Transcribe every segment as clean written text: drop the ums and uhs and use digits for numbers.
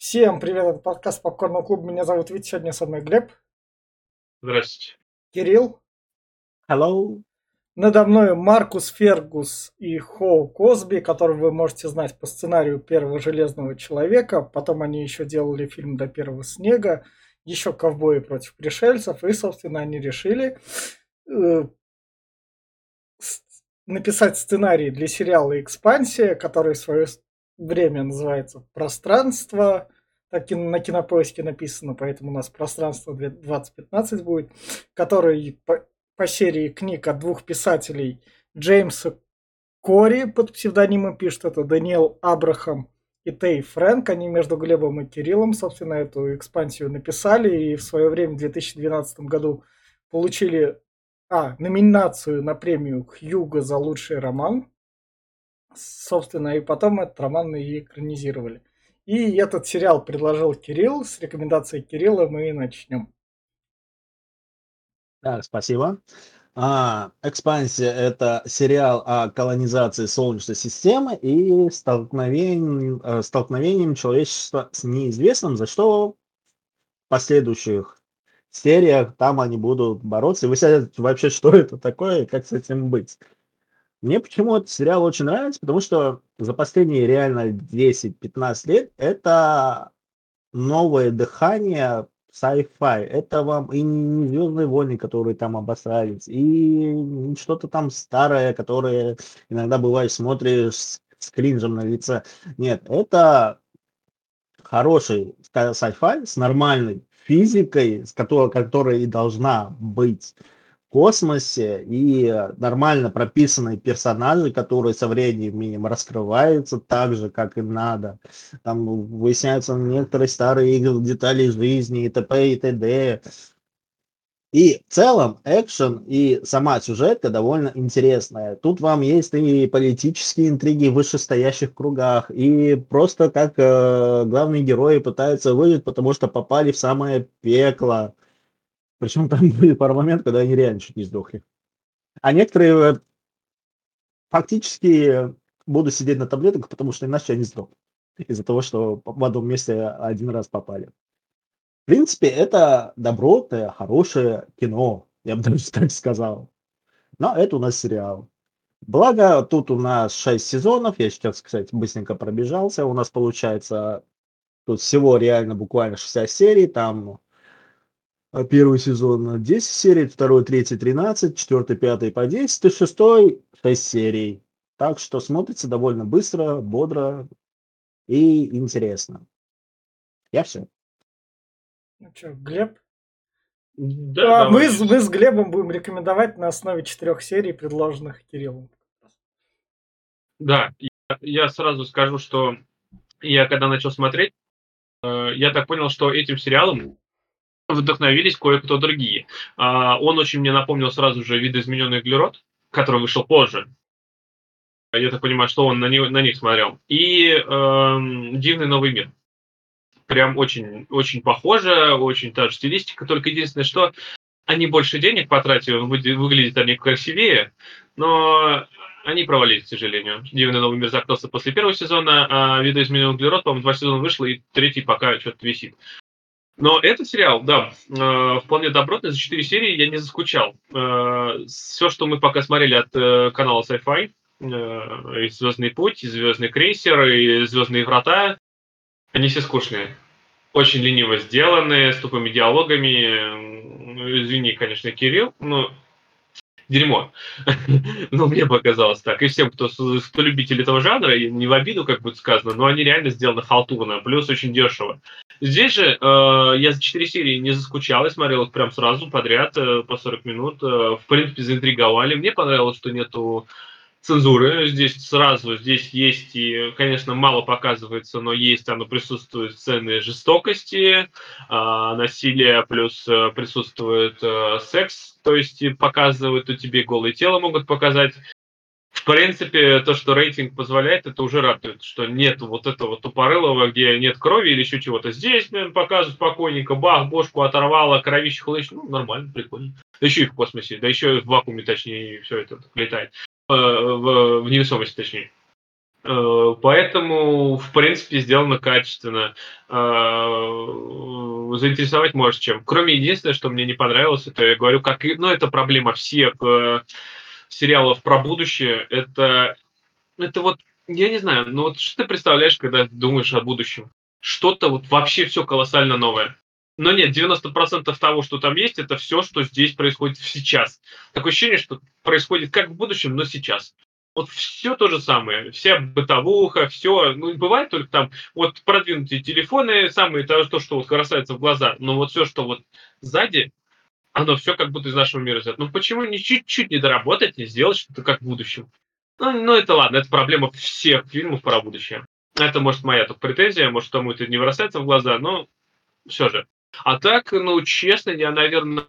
Всем привет, это подкаст Попкорного клуба. Меня зовут Витя, сегодня со мной Глеб, Здравствуйте. Кирилл. Hello. Надо мной Маркус Фергус и Хоу Косби, которых вы можете знать по сценарию первого Железного Человека. Потом они еще делали фильм «До первого снега», еще «Ковбои против пришельцев». И, собственно, они решили э, написать сценарий для сериала «Экспансия», который в свое время называется «Пространство». Так на Кинопоиске написано, поэтому у нас «Пространство 2015» будет, который по серии книг от двух писателей Джеймса Кори под псевдонимом пишет, это Даниэл Абрахам и Тей Фрэнк. Они между Глебом и Кириллом, собственно, эту экспансию написали и в свое время в 2012 году получили номинацию на премию Хьюго за лучший роман. Собственно, и потом этот роман и экранизировали. И этот сериал предложил Кирилл. С рекомендацией Кирилла мы и начнем. Да, спасибо. «Экспансия» — это сериал о колонизации Солнечной системы и столкновением человечества с неизвестным, за что в последующих сериях там они будут бороться. И вы сядете вообще, что это такое и как с этим быть. Мне почему этот сериал очень нравится, потому что за последние реально 10-15 лет это новое дыхание sci-fi. Это вам и не «Звездные войны», которые там обосрались, и не что-то там старое, которое иногда бывает смотришь с кринжем на лице. Нет, это хороший sci-fi с нормальной физикой, которая и должна быть космосе, и нормально прописанные персонажи, которые со временем раскрываются так же, как и надо. Там выясняются некоторые старые детали жизни и т.п. и т.д. И в целом экшен и сама сюжетка довольно интересная. Тут вам есть и политические интриги в вышестоящих кругах, и просто как главные герои пытаются выжить, потому что попали в самое пекло. Причем там были пару моментов, когда они реально чуть не сдохли. А некоторые фактически будут сидеть на таблетках, потому что иначе они сдохнут. Из-за того, что в одном месте один раз попали. В принципе, это добротное, хорошее кино, я бы даже так сказал. Но это у нас сериал. Благо, тут у нас 6 сезонов. Я сейчас, кстати, быстренько пробежался. У нас получается тут всего реально буквально 60 серий. Там первый сезон 10 серий, второй, третий 13, четвертый, пятый по 10, и шестой 6 серий. Так что смотрится довольно быстро, бодро и интересно. Я все. Ну что, Глеб? Да, Мы, давайте. мы с Глебом будем рекомендовать на основе 4 серий, предложенных Кириллом. Да, я сразу скажу, что я когда начал смотреть, я так понял, что этим сериалом вдохновились кое-кто другие. Он очень мне напомнил сразу же «Видоизмененный углерод», который вышел позже. Я так понимаю, что он на них смотрел. И «Дивный новый мир». Прям очень, очень похоже, очень та же стилистика. Только единственное, что они больше денег потратили, выглядят они красивее, но они провалились, к сожалению. «Дивный новый мир» закрылся после первого сезона, а «Видоизмененный углерод», по-моему, 2 сезона вышло, и третий пока что-то висит. Но этот сериал, да, вполне добротный, за 4 серии я не заскучал. Все, что мы пока смотрели от канала Sci-Fi, и «Звездный путь», и «Звездный крейсер», и «Звездные врата», они все скучные. Очень лениво сделанные, с тупыми диалогами. Извини, конечно, Кирилл, но дерьмо. Но мне показалось так. И всем, кто любитель этого жанра, не в обиду, как будет сказано, но они реально сделаны халтурно, плюс очень дешево. Здесь же я за 4 серии не заскучал, я смотрел их прям сразу подряд, по 40 минут. В принципе, заинтриговали. Мне понравилось, что нету цензуры. Здесь есть, и, конечно, мало показывается, но есть, оно присутствует сцены жестокости, насилия, плюс присутствует секс, то есть показывают, у тебе голое тело могут показать. В принципе, то, что рейтинг позволяет, это уже радует, что нет вот этого тупорылого, где нет крови или еще чего-то. Здесь, блин, показывают спокойненько, бах, бошку оторвало, кровище хлыщ, ну, нормально, прикольно. Да еще и в космосе, да еще и в вакууме, точнее, все это летает. В невесомости, точнее. Поэтому, в принципе, сделано качественно. Заинтересовать может чем. Кроме единственное, что мне не понравилось, это, я говорю, как и, ну, это проблема всех сериалов про будущее. Это вот, я не знаю, ну вот что ты представляешь, когда думаешь о будущем? Что-то вот вообще все колоссально новое. Но нет, 90% того, что там есть, это все, что здесь происходит сейчас. Такое ощущение, что происходит как в будущем, но сейчас. Вот все то же самое, вся бытовуха, все, ну, бывает только там вот продвинутые телефоны, самые то, что вот бросается в глаза, но вот все, что вот сзади, оно все как будто из нашего мира взято. Ну почему не чуть-чуть не доработать, не сделать что-то как в будущем? Ну, это ладно, это проблема всех фильмов про будущее. Это, может, моя тут претензия, может, кому это не бросается в глаза, но все же. А так, ну, честно, я, наверное,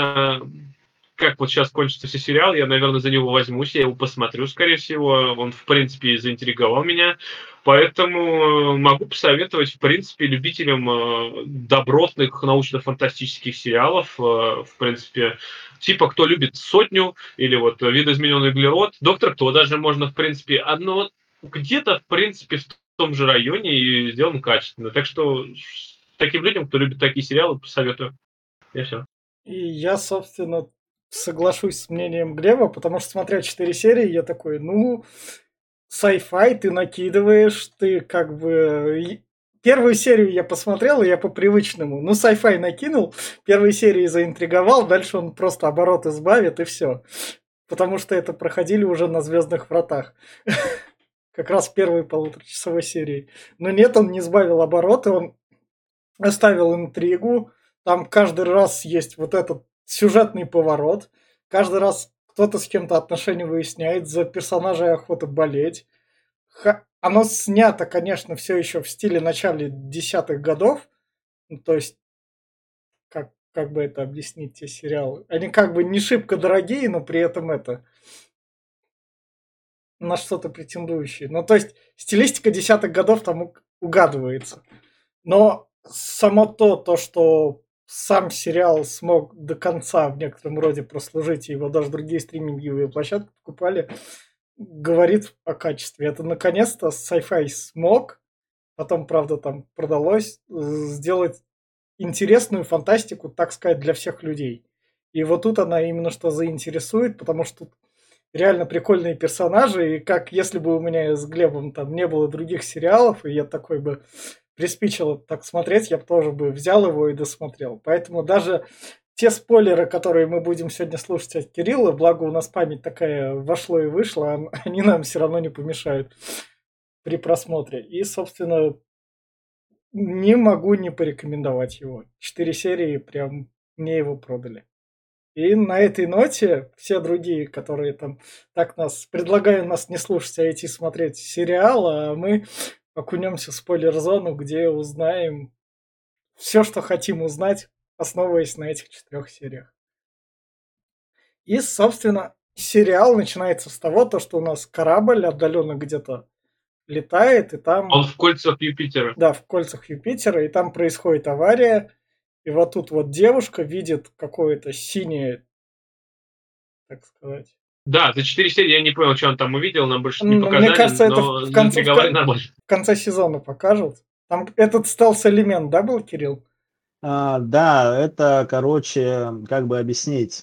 как вот сейчас кончится все сериал, я, наверное, за него возьмусь, я его посмотрю, скорее всего. Он, в принципе, заинтриговал меня. Поэтому могу посоветовать, в принципе, любителям добротных научно-фантастических сериалов, в принципе, типа «Кто любит сотню» или вот «Видоизмененный углерод». «Доктор Кто» даже можно, в принципе, одно где-то, в принципе, в том же районе и сделано качественно. Так что таким людям, кто любит такие сериалы, посоветую. И все. И я, собственно, соглашусь с мнением Глеба, потому что, смотря 4 серии, я такой, ну, sci-fi ты накидываешь, ты как бы... Первую серию я посмотрел, и я по привычному. Ну, sci-fi накинул, первой серии заинтриговал, дальше он просто оборот избавит, и все. Потому что это проходили уже на «Звездных вратах». Как раз в первой полуторачасовой серии. Но нет, он не сбавил обороты, он оставил интригу. Там каждый раз есть вот этот сюжетный поворот. Каждый раз кто-то с кем-то отношения выясняет, за персонажей охота болеть. Оно снято, конечно, все еще в стиле начала десятых годов. Ну, то есть, как бы это объяснить, те сериалы? Они как бы не шибко дорогие, но при этом это на что-то претендующие. Ну, то есть, стилистика десятых годов там угадывается. Но само то, что сам сериал смог до конца в некотором роде прослужить, и его даже другие стриминговые площадки покупали, говорит о качестве. Это наконец-то Sci-Fi смог, потом, правда, там продалось, сделать интересную фантастику, так сказать, для всех людей. И вот тут она именно что заинтересует, потому что тут реально прикольные персонажи, и как если бы у меня с Глебом там не было других сериалов, и я такой бы приспичило так смотреть, я бы тоже бы взял его и досмотрел. Поэтому даже те спойлеры, которые мы будем сегодня слушать от Кирилла, благо у нас память такая вошло и вышло, они нам все равно не помешают при просмотре. И, собственно, не могу не порекомендовать его. 4 серии прям мне его продали. И на этой ноте все другие, которые там так нас предлагают нас не слушать, а идти смотреть сериал, а мы окунемся в спойлер-зону, где узнаем все, что хотим узнать, основываясь на этих 4 сериях. И, собственно, сериал начинается с того, то, что у нас корабль отдаленно где-то летает, и там... Он в кольцах Юпитера. Да, в кольцах Юпитера, и там происходит авария, и вот тут вот девушка видит какое-то синее, так сказать. Да, за 4 серии я не понял, что он там увидел, нам больше не показали, Мне кажется, это но в конце, заинтриговали нормально. в конце сезона покажут. Там этот стелс-элемент, да, был, Кирилл? Да, это, короче, как бы объяснить.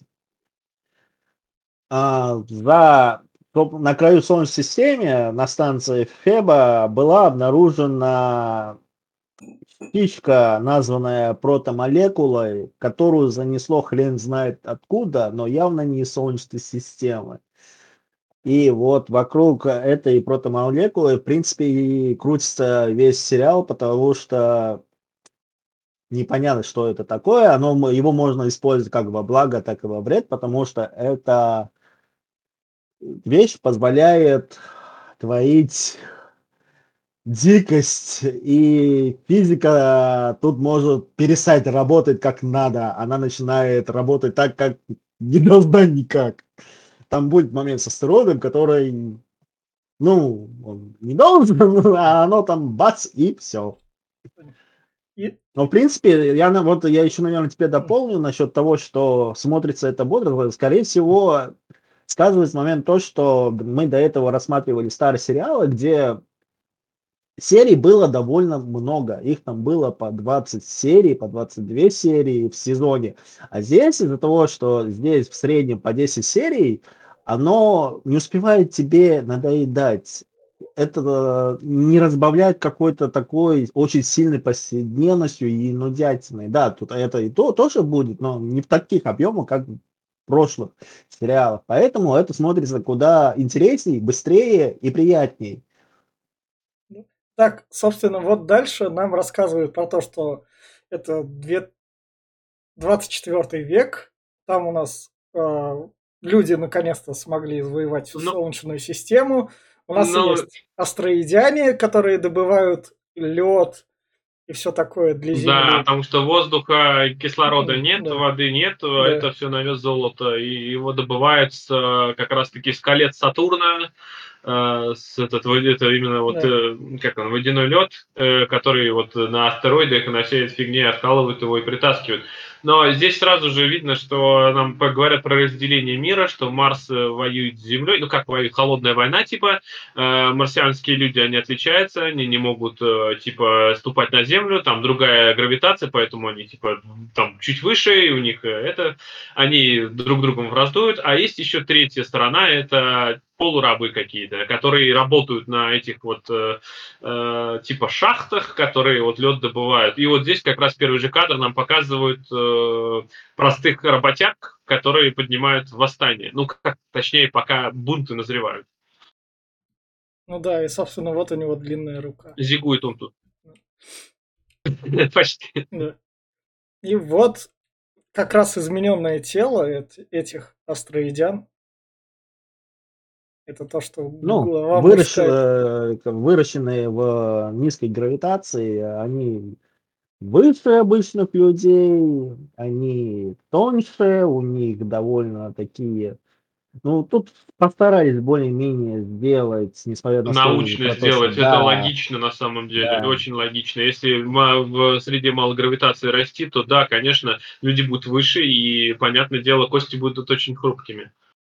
На краю Солнечной системы, на станции Феба, была обнаружена птичка, названная протомолекулой, которую занесло хрен знает откуда, но явно не из Солнечной системы. И вот вокруг этой протомолекулы, в принципе, и крутится весь сериал, потому что непонятно, что это такое. Его можно использовать как во благо, так и во вред, потому что эта вещь позволяет творить дикость, и физика тут может перестать работать как надо. Она начинает работать так, как не должна никак. Там будет момент с астероидом, который, ну, он не должен, а оно там бац, и все. И... Но, в принципе, я еще, наверное, тебе дополню насчет того, что смотрится это бодро. Скорее всего, сказывается момент то, что мы до этого рассматривали старые сериалы, где серий было довольно много. Их там было по 20 серий, по 22 серии в сезоне. А здесь из-за того, что здесь в среднем по 10 серий, оно не успевает тебе надоедать. Это не разбавляет какой-то такой очень сильной повседневностью и нудятиной. Да, тут это и то тоже будет, но не в таких объемах, как в прошлых сериалах. Поэтому это смотрится куда интереснее, быстрее и приятнее. Так, собственно, вот дальше нам рассказывают про то, что это 24 век. Там у нас люди наконец-то смогли завоевать всю Ну, Солнечную систему. У нас ну, есть астроидяне, которые добывают лед и все такое для да, Земли. потому что воздуха и кислорода нет, Да, воды нет, да, это все на вес золота, и его добывают как раз-таки с колец Сатурна, это именно вот, да. как он, водяной лед, который вот на астероидах и на всей этой фигне откалывают его и притаскивают. Но здесь сразу же видно, что нам говорят про разделение мира, что Марс воюет с Землей, ну как воюет, холодная война типа, марсианские люди, они отличаются, они не могут, типа, ступать на Землю, там другая гравитация, поэтому они, типа, там чуть выше, и у них они друг другом враждуют. А есть еще третья сторона, это полурабы какие-то, которые работают на этих вот типа шахтах, которые вот лед добывают. И вот здесь как раз первый же кадр нам показывают простых работяг, которые поднимают восстание. Ну, как, точнее, пока бунты назревают. Ну да, и, собственно, вот у него длинная рука. Зигует он тут. Почти. Да. И вот как раз измененное тело этих астроидян. Это то, что Ну, глава мужская. выращенные в низкой гравитации, они выше обычных людей, они тоньше, у них довольно такие... Ну, тут постарались более-менее сделать, несмотря на сложности Научно про то, что сделать, это да, логично на самом деле, да. очень логично. Если в среде малой гравитации расти, то да, конечно, люди будут выше, и, понятное дело, кости будут очень хрупкими.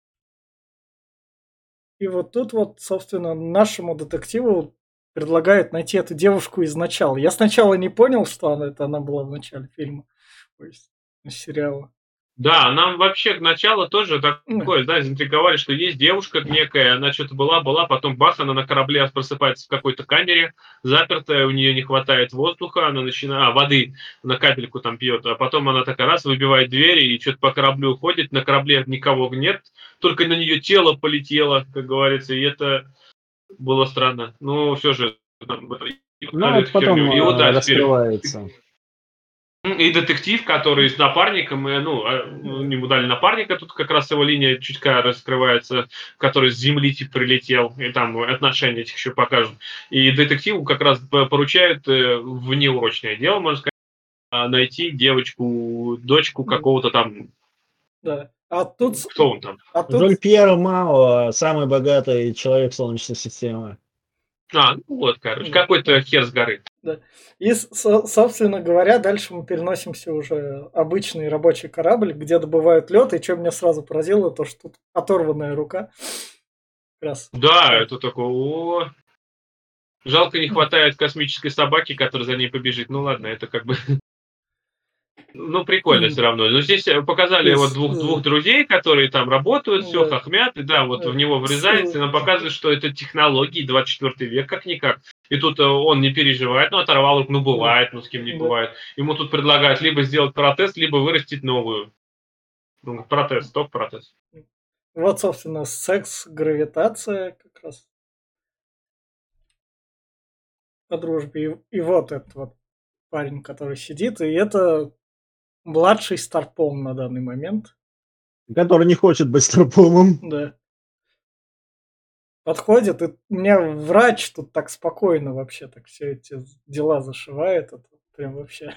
И вот тут вот, собственно, нашему детективу предлагают найти эту девушку изначала. Я сначала не понял, что она была в начале фильма, то есть сериала. Да, нам вообще к началу тоже Ну, такое, да, заинтриговали, что есть девушка некая, она что-то была, потом бах, она на корабле просыпается в какой-то камере, запертая, у нее не хватает воздуха, она начинает, воды на капельку там пьет, а потом она такая раз выбивает двери и что-то по кораблю уходит, на корабле никого нет, только на нее тело полетело, как говорится, и это было странно. Ну, все же, Но показали это эту херню. потом И вот, да, теперь раскрывается. и детектив, который с напарником, ему дали напарника, тут как раз его линия чутка раскрывается, который с земли типа прилетел, и там отношения этих еще покажут. И детективу как раз поручают внеурочное дело, можно сказать, найти девочку, дочку какого-то там, да. А тут, кто он там? а тут, Жоль Пьеро Мао, самый богатый человек Солнечной системы. Ну вот, короче, да, какой-то хер с горы. да. И, собственно говоря, дальше мы переносимся уже обычный рабочий корабль, где добывают лед. И что меня сразу поразило, то что тут оторванная рука. Как раз. Да, Да. это такое, жалко не хватает космической собаки, которая за ней побежит. Ну ладно, это как бы... Ну, прикольно все равно. Но здесь То показали вот есть, двух друзей, которые там работают, все да, хохмят, и да, вот в да. него врезается, и нам показывают, что это технологии 24 век, как-никак. И тут он не переживает, ну, оторвал руку, ну, Да, бывает, ну, с кем не да. бывает. Ему тут предлагают либо сделать протез, либо вырастить новую. Ну, протез, топ протез. Вот, собственно, секс, гравитация как раз по дружбе. И вот этот вот парень, который сидит, и это младший Старпом на данный момент. Который не хочет быть Старпомом. Да. Подходит, и у меня врач тут так спокойно вообще так все эти дела зашивает. Это прям вообще.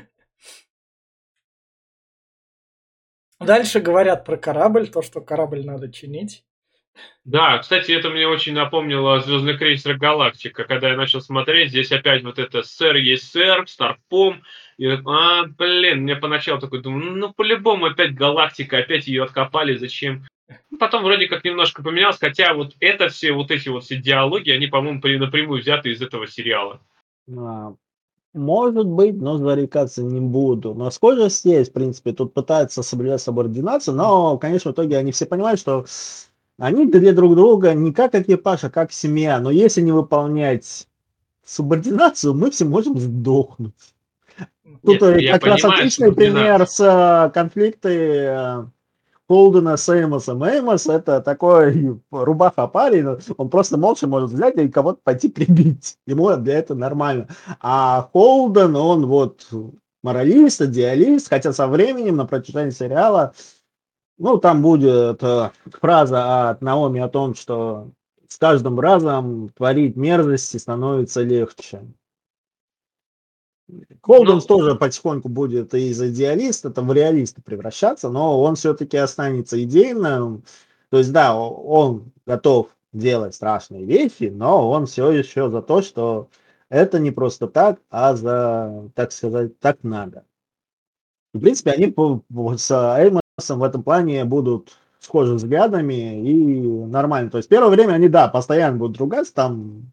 Дальше говорят про корабль, то, что корабль надо чинить. Да, кстати, это мне очень напомнило «Звездный крейсер Галактика», когда я начал смотреть, здесь опять вот это «Сэр есть сэр», «Старпом», и, блин, мне поначалу такой думаю, ну, по-любому опять Галактика, опять ее откопали, зачем? Потом вроде как немножко поменялось, хотя вот это все, вот эти вот все диалоги, они, по-моему, напрямую взяты из этого сериала. А, Может быть, но зарекаться не буду. Но схожесть есть, в принципе. Тут пытаются соблюдать субординацию, но, конечно, в итоге они все понимают, что они для друг друга не как экипаж, а как семья. Но если не выполнять субординацию, мы все можем сдохнуть. Тут Нет, я как раз понимаю отличный пример субординацию. с конфликты Холдена с Эймосом. Эймос это такой рубаха парень, он просто молча может взять и кого-то пойти прибить. Ему для этого нормально. А Холден, он вот моралист, идеалист, хотя со временем на протяжении сериала, ну, там будет фраза от Наоми о том, что с каждым разом творить мерзости становится легче. Холденс Ну, тоже потихоньку будет из идеалиста в реалиста превращаться, но он все-таки останется идейным. То есть, да, он готов делать страшные вещи, но он все еще за то, что это не просто так, а за, так сказать, так надо. В принципе, они с Эймосом в этом плане будут схожи взглядами и нормально. То есть, первое время они, да, постоянно будут ругаться, там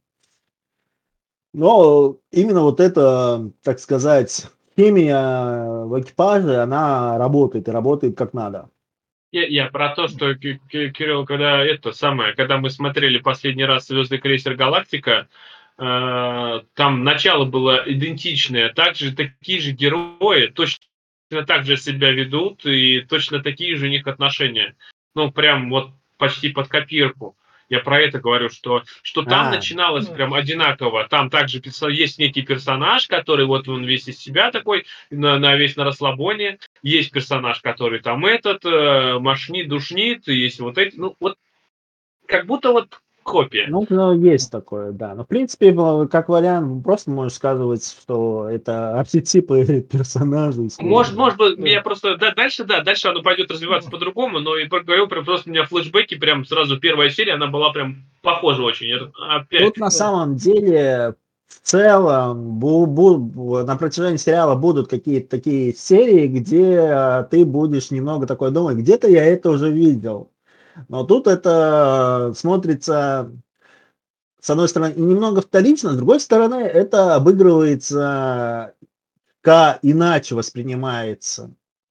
но именно вот эта, так сказать, химия в экипаже, она работает и работает как надо. я про то, что, Кирилл, когда мы смотрели последний раз «Звездный крейсер Галактика», там начало было идентичное, такие же герои, точно так же себя ведут, и точно такие же у них отношения. Ну, прям вот почти под копирку. Я про это говорю, что там А, начиналось Ну, прям одинаково. Там также есть некий персонаж, который вот он весь из себя такой, весь на расслабоне. Есть персонаж, который там мошнит, душнит, и есть вот эти, ну, вот как будто вот копия. ну, есть такое, да. Но, в принципе, как вариант, просто можешь сказывать, что это архетипы персонажей схожие. Может быть, я да. просто дальше оно пойдет развиваться по-другому, но и говорю, прям просто у меня флешбеки, прям сразу первая серия, она была прям похожа очень. Опять. Тут на Да. самом деле в целом на протяжении сериала будут какие-то такие серии, где ты будешь немного такой думать, где-то я это уже видел. Но тут это смотрится, с одной стороны, немного вторично, с другой стороны, это обыгрывается, иначе воспринимается.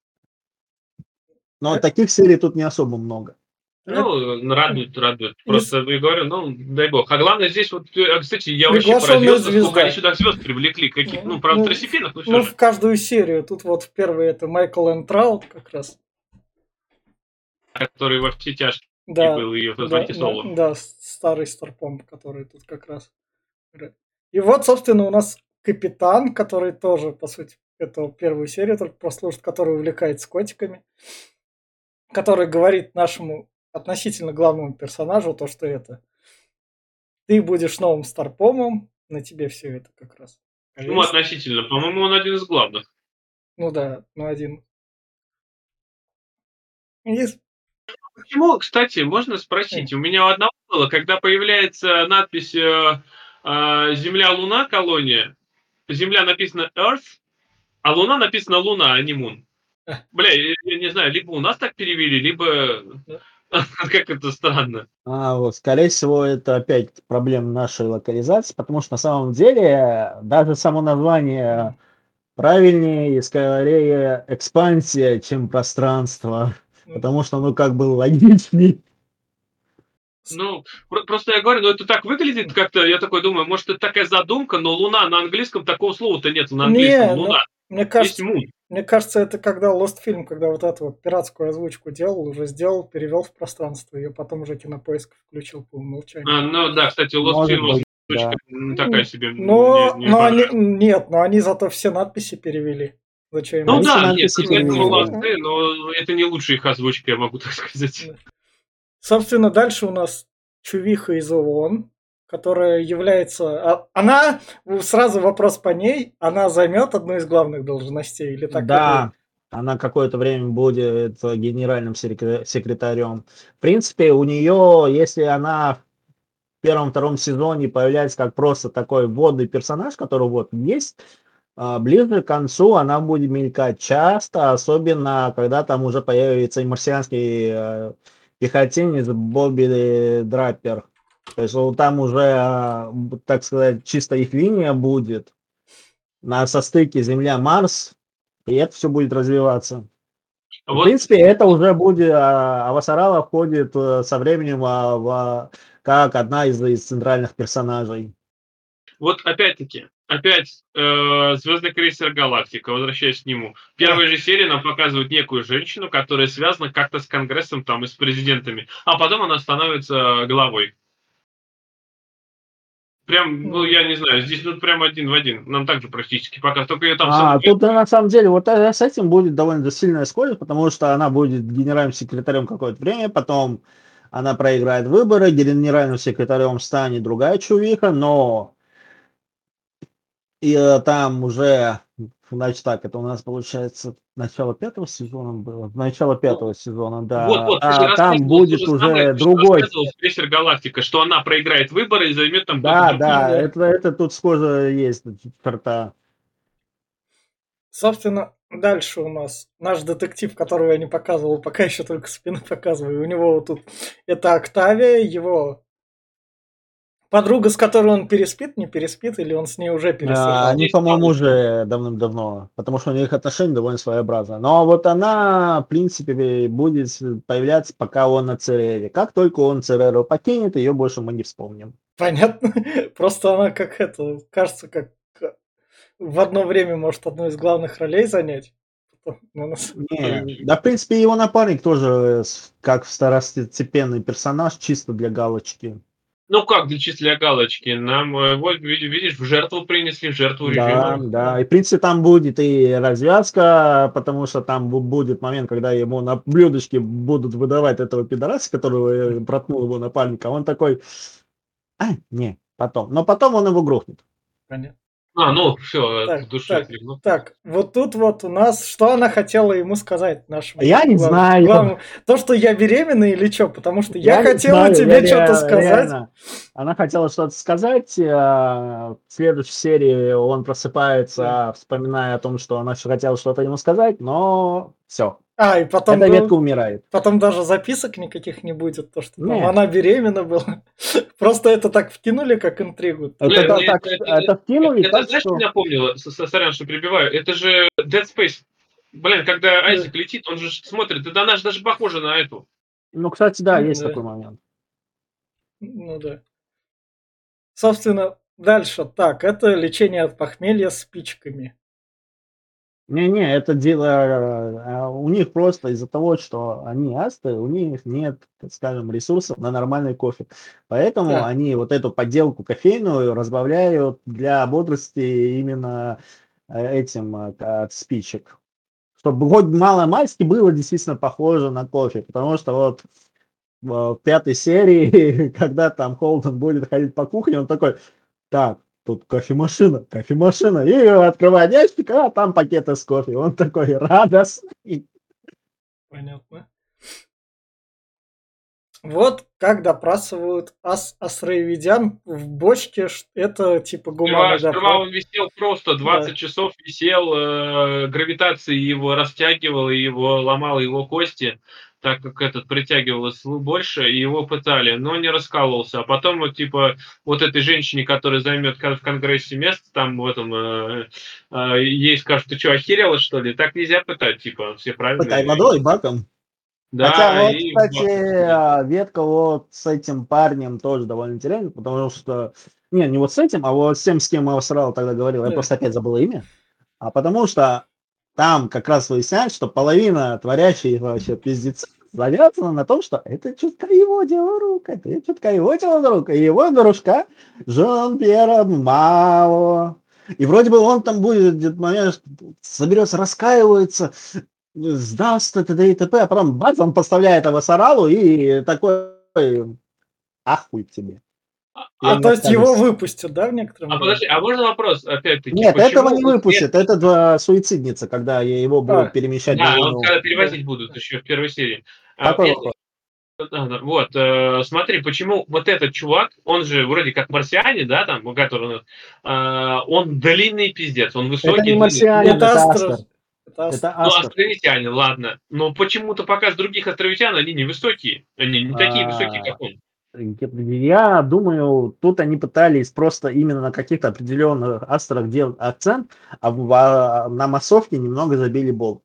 Но А- таких серий тут не особо много. а- Ну, радует. из- Просто я говорю, ну, дай бог. А главное здесь вот, кстати, я вообще Приглашенная поразился, сколько они звезда. сюда звезд привлекли, каких, ну, Ну, правда, ну, второстепенных, но все ну, же. в каждую серию. Тут вот в первой это Майкл Энтраут как раз. Который во все тяжкие Да, был и в да, звонке да, Солу. да, старый Старпом, который тут как раз играет. И вот, собственно, у нас капитан, который тоже, по сути, эту первую серию только прослушает, который увлекается котиками, который говорит нашему относительно главному персонажу то, что это ты будешь новым Старпомом, на тебе все это как раз Почему повесит. относительно? По-моему, он один из главных. Ну да, ну один. И, Почему, кстати, можно э, спросить, у меня у одного было, когда появляется надпись Земля-Луна, колония, Земля написано Earth, а Луна написано Луна, а не Moon. э, Бля, я не знаю, либо у нас так перевели, либо да. как это странно. Вот, скорее всего, это опять проблема нашей локализации, потому что на самом деле даже само название правильнее и скорее экспансия, чем пространство, Ну, потому что оно как бы логичней. Ну, просто я говорю, ну это так выглядит как-то, я такой думаю, может это такая задумка, но Луна на английском, такого слова-то нет на английском, не, Луна. ну, Есть Moon. мне кажется, это когда Lost фильм, когда вот эту вот пиратскую озвучку делал, уже сделал, перевел в пространство, и потом уже Кинопоиск включил по умолчанию. Ну да, кстати, Lost Может Film быть, озвучка да. такая себе, не Но они, понравилась. нет, но они зато все надписи перевели. Зачем Ну Они все им? да, нет, надписи они в этом перевели. молодцы, но это не лучшая их озвучка, я могу так сказать. Собственно, дальше у нас Чувиха из ООН, которая является... Она, сразу вопрос по ней, она займет одну из главных должностей или так и будет? Да, она какое-то время будет генеральным секретарем. В принципе, у нее, если она в первом-втором сезоне появляется как просто такой вводный персонаж, который вот есть, ближе к концу она будет мелькать часто, особенно когда там уже появится и марсианский пехотинец Бобби Драппер. То есть там уже, так сказать, чисто их линия будет на состыке Земля-Марс, и это все будет развиваться. В принципе, это уже будет, Авасарала входит со временем как одна из центральных персонажей. Вот опять-таки, Звездный крейсер Галактика, возвращаясь к нему. В первой же серии нам показывают некую женщину, которая связана как-то с Конгрессом там и с президентами, а потом она становится главой. Прям, я не знаю, здесь прям один в один. Нам также практически пока, только ее там... Тут на самом деле вот с этим будет довольно сильная скорость, потому что она будет генеральным секретарем какое-то время, потом она проиграет выборы, генеральным секретарем станет другая чувиха, но там уже, значит так, это у нас получается начало 5-го сезона было, начало 5-го сезона, да. Вот, там будет уже другой. Крейсер Галактика, что она проиграет выборы и займет там Да, это тут схоже есть черта. Собственно, дальше у нас наш детектив, которого я не показывал, пока еще только спину показываю. У него вот тут это Октавия, его подруга, с которой он переспит, не переспит, или он с ней уже переспал? Они, по-моему, уже давным-давно, потому что у них отношения довольно своеобразные. Но вот она, в принципе, будет появляться, пока он на Церере. Как только он Цереру покинет, ее больше мы не вспомним. Понятно. Просто она как это, кажется, как в одно время может одну из главных ролей занять. Да, в принципе, его напарник тоже как второстепенный персонаж, чисто для галочки. Ну как для галочки? Нам, вот, видишь, в жертву принесли, в жертву режима. Да, и в принципе там будет и развязка, потому что там будет момент, когда ему на блюдечке будут выдавать этого пидораса, которого проткнул его напарника, он такой, не, потом. Но потом он его грохнет. Понятно. Все, так, душа. Так, вот тут вот у нас, что она хотела ему сказать нашему? Я не знаю. То, что я беременна или что? Потому что я хотела тебе что-то сказать. Реально. Она хотела что-то сказать. В следующей серии он просыпается, вспоминая о том, что она хотела что-то ему сказать, но все. И потом эта ветка умирает. Потом даже записок никаких не будет, то что там она беременна была. Просто это так втянули, как интригу. Это втянули. Это знаешь, что напомнило? Сорян, что перебиваю. Это же Dead Space. Блин, когда Айзек летит, он же смотрит. Это она же даже похожа на эту. Ну, кстати, да, есть такой момент. Ну да. Собственно, дальше. Так, это лечение от похмелья спичками. Не, это дело у них просто из-за того, что они асты, у них нет, так скажем, ресурсов на нормальный кофе. Поэтому они вот эту подделку кофейную разбавляют для бодрости именно этим от спичек. Чтобы хоть мало-мальски было действительно похоже на кофе. Потому что вот в 5-й серии, когда там Холден будет ходить по кухне, он такой, так, тут кофемашина, и открывает ящик, а там пакеты с кофе. Он такой радостный. Понятно. Вот как допрашивают асраевидян в бочке, это типа гуманный допрос. Сперва он висел просто 20 часов, висел, гравитация его растягивала, его ломала его кости, так как этот притягивалось больше, и его пытали, но не раскололся. А потом вот этой женщине, которая займет в Конгрессе место, там в этом, ей скажут, ты что, охерела, что ли? Так нельзя пытать, все правильно. Пытай водой, баком. Да, хотя вот, кстати, ветка вот с этим парнем тоже довольно интересна, потому что, не вот с этим, а вот с тем, с кем Авасарала тогда говорил, я просто опять забыл имя, а потому что там как раз выясняется, что половина творящих вообще пиздец завязана на том, что это чутка его дело рук, и его дружка Жан-Пьера Мао. И вроде бы он там будет где-то момент соберется, раскаивается, сдаст т.д. и т.п., а потом бац, он поставляет Авасаралу и такой ахуй тебе. То есть его выпустят, да, в некотором подожди, а можно вопрос, опять-таки? Нет, этого не выпустят, это суицидница, когда его будут перемещать. Да, когда перевозить будут еще в первой серии. Вот, смотри, почему вот этот чувак, он же вроде как марсианин, да, там, который он длинный пиздец, он высокий. Это не марсианин, это Астер. Это Это Ну, Астер. островитяне, ладно. Но почему-то пока с других островитян они невысокие. Они не такие высокие, как он. Я думаю, тут они пытались просто именно на каких-то определенных астрах делать акцент, на массовке немного забили болт.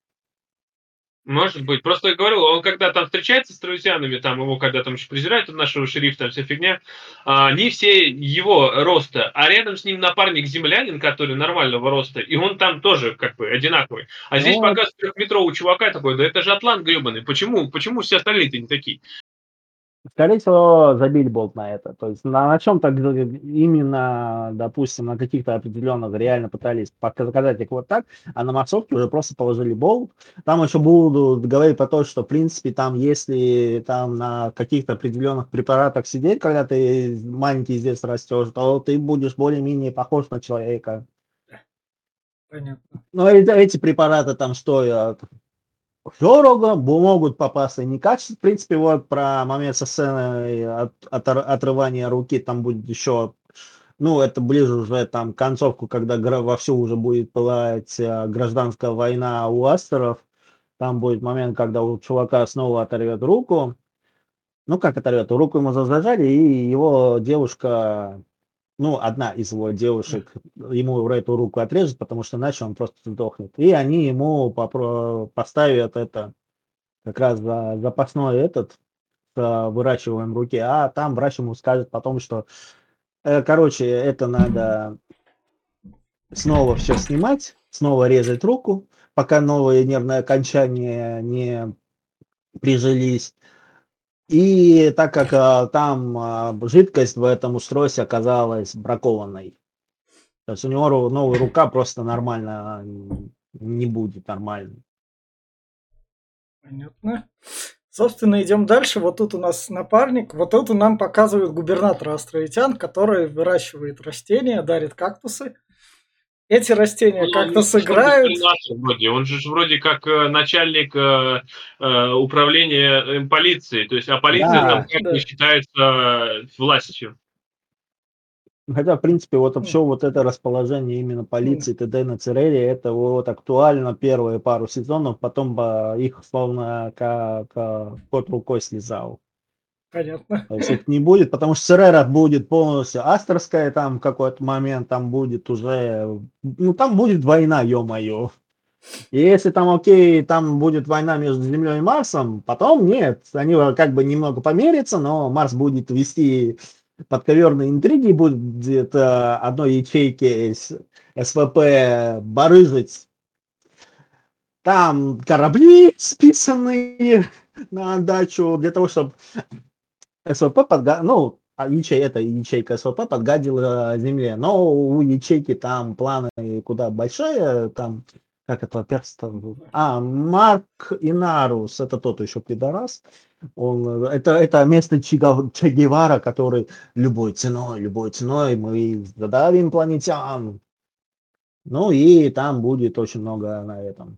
Может быть. Просто я говорю, он когда там встречается с островитянами, там его когда там еще презирают от нашего шерифа, там вся фигня, они все его роста, а рядом с ним напарник землянин, который нормального роста, и он там тоже как бы одинаковый. А здесь Ну, показывают трехметрового чувака такой, да это же атлант гребаный. Почему все остальные-то не такие? скорее всего, забили болт на это. То есть на чем-то именно, допустим, на каких-то определенных реально пытались показать их вот так, а на массовке уже просто положили болт. Там еще будут говорить про то, что, в принципе, там, если там на каких-то определенных препаратах сидеть, когда ты маленький здесь растешь, то ты будешь более-менее похож на человека. понятно. Но эти препараты там стоят дорого, могут попасться и некачественно. В принципе, вот про момент со сценой отрывания руки там будет еще, ну, это ближе уже там к концовку, когда вовсю уже будет пылать гражданская война у астеров. Там будет момент, когда у чувака снова оторвет руку. Ну, как оторвет? Руку ему зажали, и его девушка, ну, одна из его девушек, ему эту руку отрежет, потому что иначе он просто сдохнет. И они ему поставят это как раз запасной этот с выращиваем руки, а там врач ему скажет потом, что, короче, это надо снова все снимать, снова резать руку, пока новые нервные окончания не прижились. И так как там жидкость в этом устройстве оказалась бракованной, то есть у него новая рука просто нормально не будет нормально. Понятно. Собственно, идем дальше. Вот тут у нас напарник. Вот тут нам показывают губернатора островитян, который выращивает растения, дарит кактусы. Эти растения Он как-то не слишком сыграют. губернатор вроде. Он же вроде как начальник управления полиции. То есть, а полиция там Да, как не Да. считается властью. хотя, в принципе, вот М, все вот это расположение именно м, полиции ТД на Церере, это вот актуально первые пару сезонов, потом их словно как кот рукой слезал. Понятно. То есть их не будет, потому что Церера будет полностью астерская, там в какой-то момент там будет уже, ну там будет война, ё-моё. И если там, окей, там будет война между Землей и Марсом, потом нет, они как бы немного помирятся, но Марс будет вести подковерные интриги, будет одной ячейки СВП барыжить. Там корабли списанные на отдачу для того, чтобы СВП ну, эта ячейка СВП подгадила Земле. Но у ячейки там планы куда большие, там, как это, перст там был? Марк Инарус, это тот еще пидорас. Это местный Че Гевара, который любой ценой мы задавим инопланетян. Ну и там будет очень много на этом.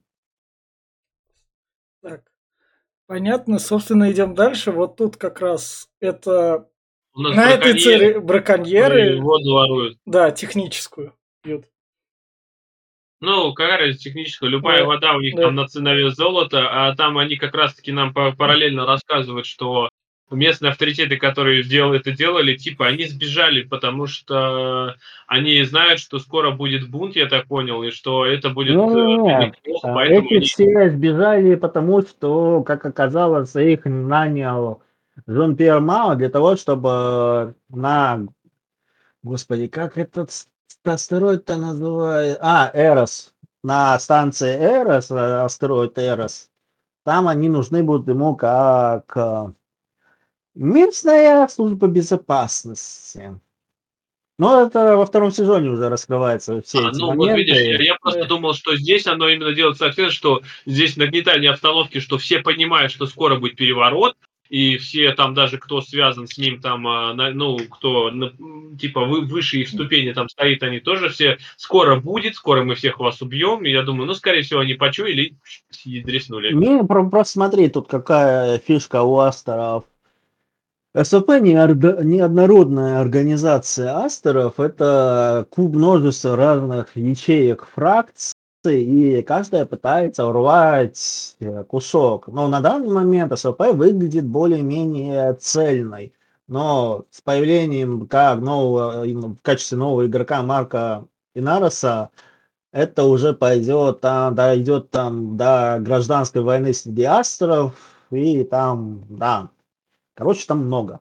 Так, понятно. Собственно, идем дальше. Вот тут как раз это У нас на этой браконьеры, цели которые браконьеры, воду воруют. да, техническую пьют. Ну, какая разница техническая? Любая Да, вода у них там да. на вес золота, а там они как раз-таки нам параллельно рассказывают, что местные авторитеты, которые это делали, типа, они сбежали, потому что они знают, что скоро будет бунт, я так понял, и что это будет для них Не-не-не, плохо, поэтому эти они... все сбежали, потому что, как оказалось, их нанял Жан-Пьер Мао для того, чтобы господи, как этот астероид-то называется? Эрос. На станции Эрос, астероид Эрос, там они нужны будут ему как местная служба безопасности. Но это во втором сезоне уже раскрываются все эти Ну, вот видишь, моменты. я просто Да. думал, что здесь оно именно делается акцент, что здесь нагнетание обстановки, что все понимают, что скоро будет переворот, и все там, даже кто связан с ним, там, ну, кто, типа, выше их ступени там стоит, они тоже все, скоро будет, скоро мы всех вас убьем, и я думаю, ну, скорее всего, они почуяли и дреснули. Не, просто смотри, тут какая фишка у астеров. СВП неоднородная организация астеров, это куб множества разных ячеек, фракций, и каждая пытается урвать кусок. Но на данный момент СВП выглядит более-менее цельной. Но с появлением как нового, в качестве нового игрока Марка Инароса, это уже пойдет, дойдет там до гражданской войны среди астеров, и там, да, короче, там много.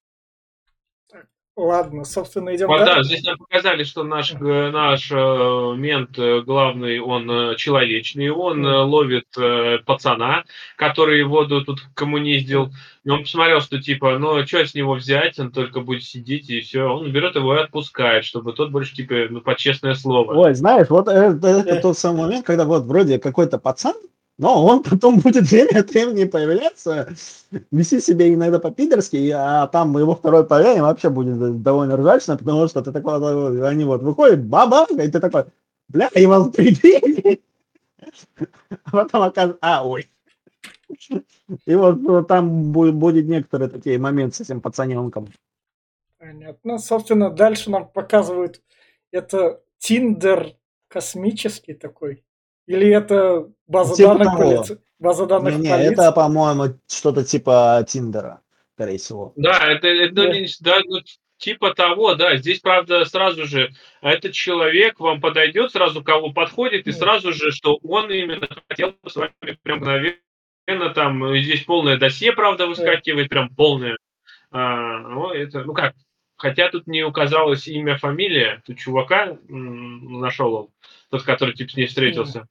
Ладно, собственно, идем Вот, да, дальше. здесь нам показали, что наш мент главный, он человечный, он ловит пацана, который воду тут коммуниздил. И он посмотрел, что типа, ну, что с него взять, он только будет сидеть, и все. Он берет его и отпускает, чтобы тот больше, типа, ну, под честное слово. Ой, знаешь, вот это тот самый момент, когда вот вроде какой-то пацан, но он потом будет время от времени появляться, вести себя иногда по-пидорски, а там его второе появление вообще будет довольно ржачно, потому что ты такой, они вот выходят, баба, и ты такой, бля, его прибили, а потом оказывается, ой. И вот там будет некоторые такие моменты с этим пацаненком. Понятно. Собственно, дальше нам показывают, это Тиндер космический такой. Или это база Типа данных того. полиции? База данных Не-не, полиции? это, по-моему, что-то типа Тиндера, скорее всего. Да, да, ну, типа того, да. Здесь, правда, сразу же этот человек вам подойдет, сразу кого подходит, и сразу же, что он именно хотел с вами прям мгновенно там. Здесь полное досье, правда, выскакивает, прям полное. Ну, это, ну как, хотя тут не указалось имя, фамилия, тут чувака нашел он, тот, который типа с ней встретился.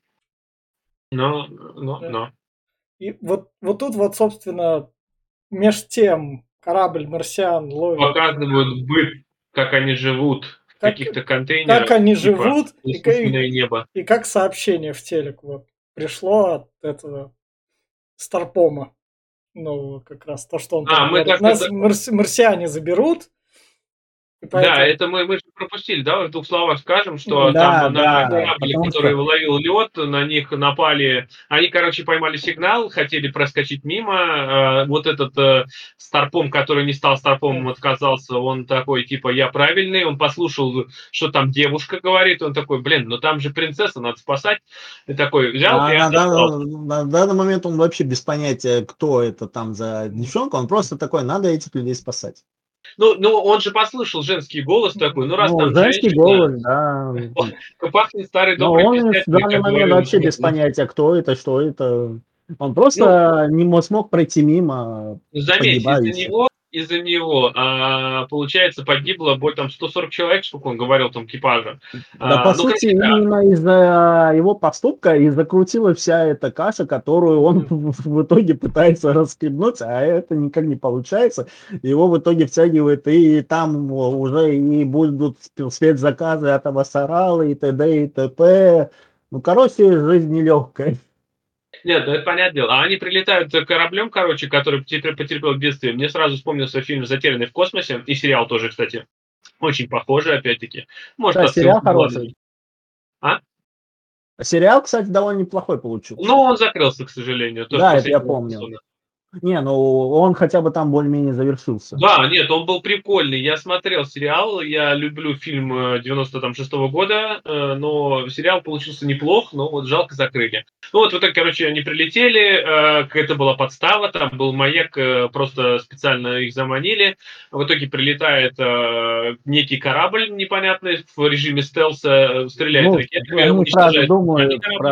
Но. И вот тут вот, собственно, меж тем корабль марсиан ловит. Показывают быт, как они живут в Как, каких-то контейнерах, как они типа живут искусственное небо. и как сообщение в телек вот пришло от этого Старпома нового как раз. То, что он там Мы говорит. так Нас марсиане заберут. И поэтому... Да, это мы же пропустили, давай в двух словах скажем, что Да, там на корабле, потому который что... ловил лед, на них напали, они, короче, поймали сигнал, хотели проскочить мимо, вот этот Старпом, который не стал Старпомом, отказался, он такой, типа, я правильный, он послушал, что там девушка говорит, он такой, блин, ну там же принцесса, надо спасать, и такой взял и отослал. На данный момент он вообще без понятия, кто это там за девчонка, он просто такой, надо этих людей спасать. Ну, он же послушал женский голос такой, ну, раз там женский женщина, голос, да. пахнет старый Но добрый он в писатель, данный как момент говорил вообще без Мухаммед. понятия, кто это, что это. Он просто не смог пройти мимо Заметь, погибающих. из-за него, получается, погибло более там 140 человек, сколько он говорил, там, экипажа. Да, по Ну, сути, короче, да. именно из-за его поступка и закрутила вся эта каша, которую он в итоге пытается расхлебнуть, а это никак не получается. Его в итоге втягивает, и там уже и будут спецзаказы от Авасарала, и т.д. и т.п. Ну, короче, жизнь нелегкая. Нет, ну это понятное дело. А они прилетают кораблем, короче, который потерпел бедствие. Мне сразу вспомнился фильм «Затерянный в космосе», и сериал тоже, кстати. Очень похожий, опять-таки. Может, Да, сериал отсылка была на хороший. них. А? Сериал, кстати, довольно неплохой получился. Ну, он закрылся, к сожалению, тоже Да, это после я этого помню. сезона. Не, ну он хотя бы там более-менее завершился. Да, нет, он был прикольный. Я смотрел сериал, я люблю фильм 96-го года, но сериал получился неплох, но вот жалко закрыли. Ну вот в итоге, короче, они прилетели, это была подстава, там был маяк, просто специально их заманили. В итоге прилетает некий корабль непонятный в режиме стелса, стреляет Ну, ракетами, уничтожает корабль.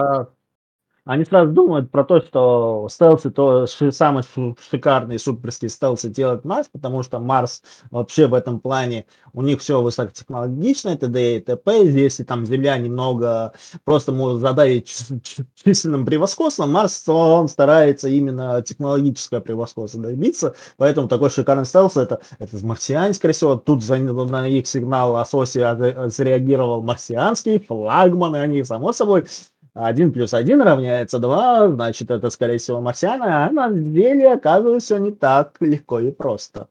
они сразу думают про то, что стелсы, то самый шикарный суперский стелсы делает Марс, потому что Марс вообще в этом плане, у них все высокотехнологично, т.д. и т.п. Если там Земля немного просто может задавить численным превосходством, Марс, он старается именно технологическое превосходство добиться, поэтому такой шикарный стелс, это марсиане, скорее всего, тут на их сигнал Асоси среагировал марсианский флагман, и они, само собой, 1+1 равняется 2, значит, это, скорее всего, марсиане, а на деле, оказывается, все не так легко и просто.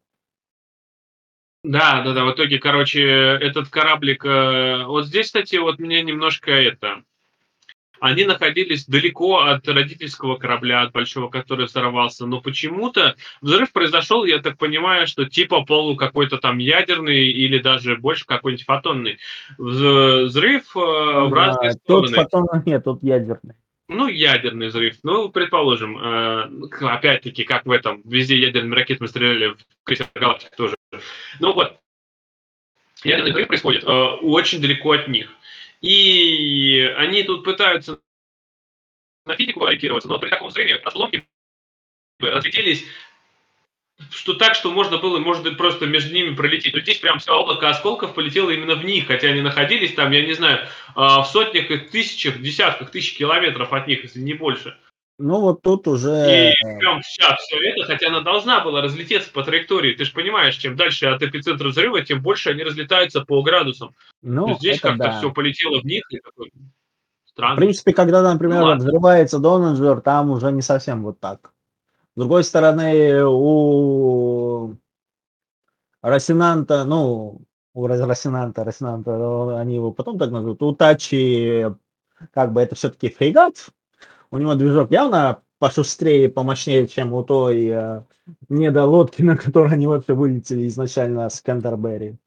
Да, в итоге, короче, этот кораблик, вот здесь, кстати, вот мне немножко они находились далеко от родительского корабля, от большого, который взорвался, но почему-то взрыв произошел, я так понимаю, что типа какой-то там ядерный или даже больше какой-нибудь фотонный взрыв в разные Тут стороны. фотонов нет, тут ядерный. Ну, ядерный взрыв. Ну, предположим, опять-таки, как в этом, везде ядерными ракетами стреляли в крейсер Галактик тоже. Ну вот, ядерный взрыв происходит очень далеко от них. И они тут пытаются на физику ориентироваться, но при таком взрыве отломки разлетелись что можно было, может, просто между ними пролететь. Но здесь прям все облако осколков полетело именно в них, хотя они находились там, я не знаю, в сотнях, тысячах, десятках тысяч километров от них, если не больше. Ну вот тут И уже... прям сейчас все это, хотя она должна была разлететься по траектории. Ты же понимаешь, чем дальше от эпицентра взрыва, тем больше они разлетаются по градусам. Но Ну, здесь это как-то да. все полетело в них, и такой В странно. принципе, когда, Ну например, ладно. взрывается Доннеджер, там уже не совсем вот так. С другой стороны, у Росинанта, ну, Росинанта, они его потом так назовут, у Тачи, как бы это все-таки фрегат, у него движок явно пошустрее, помощнее, чем у той недолодки, на которой они вообще вылетели изначально с Кентербери.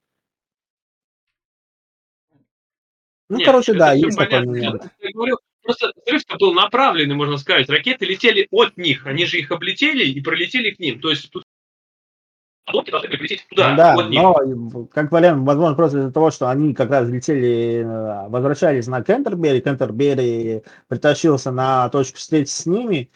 Ну, Нет, короче, это да, все есть такой понятно. момент. Я говорю, просто взрыв-то был направленный, можно сказать. Ракеты летели от них, они же их облетели и пролетели к ним. То есть тут обломки должны были прилететь туда, Да, от них. но, как вариант, возможно, просто из-за того, что они как раз летели, возвращались на Кентербери, Кентербери притащился на точку встречи с ними,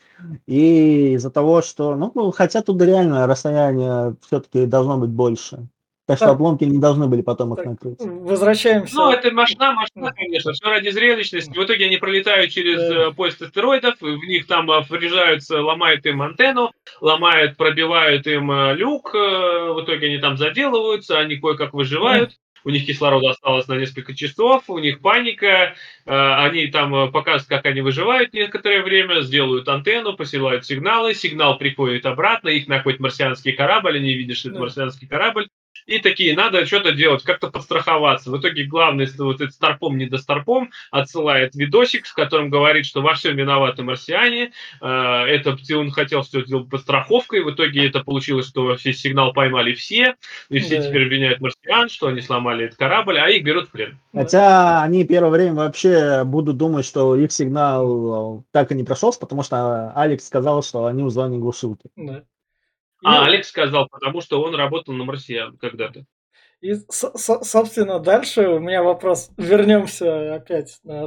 и из-за того, что, ну, хотя тут реально расстояние все-таки должно быть больше. Так что Так, обломки не должны были потом их так, накрыть. Ну, возвращаемся. это машина, Да, конечно, все ради зрелищности. В итоге они пролетают через да, поезд астероидов, и в них там врежаются, ломают им антенну, пробивают им люк, в итоге они там заделываются, они кое-как да, выживают, у них кислорода осталось на несколько часов, у них паника, они там показывают, как они выживают некоторое время, сделают антенну, посылают сигналы, сигнал приходит обратно, их находит марсианский корабль, они видят, что это да. марсианский корабль, и такие, надо что-то делать, как-то подстраховаться. В итоге главный, вот этот старпом не до старпом, отсылает видосик, в котором говорит, что во всем виноваты марсиане. Это он хотел все сделать подстраховкой. В итоге это получилось, что весь сигнал поймали все, и все Да, теперь обвиняют марсиан, что они сломали этот корабль, а их берут в плен. да, Хотя они первое время вообще будут думать, что их сигнал так и не прошелся, потому что Алекс сказал, что они в зоне глушилки. да. А И, Алекс сказал, потому что он работал на марсиан когда-то. собственно, дальше у меня вопрос. Вернемся опять на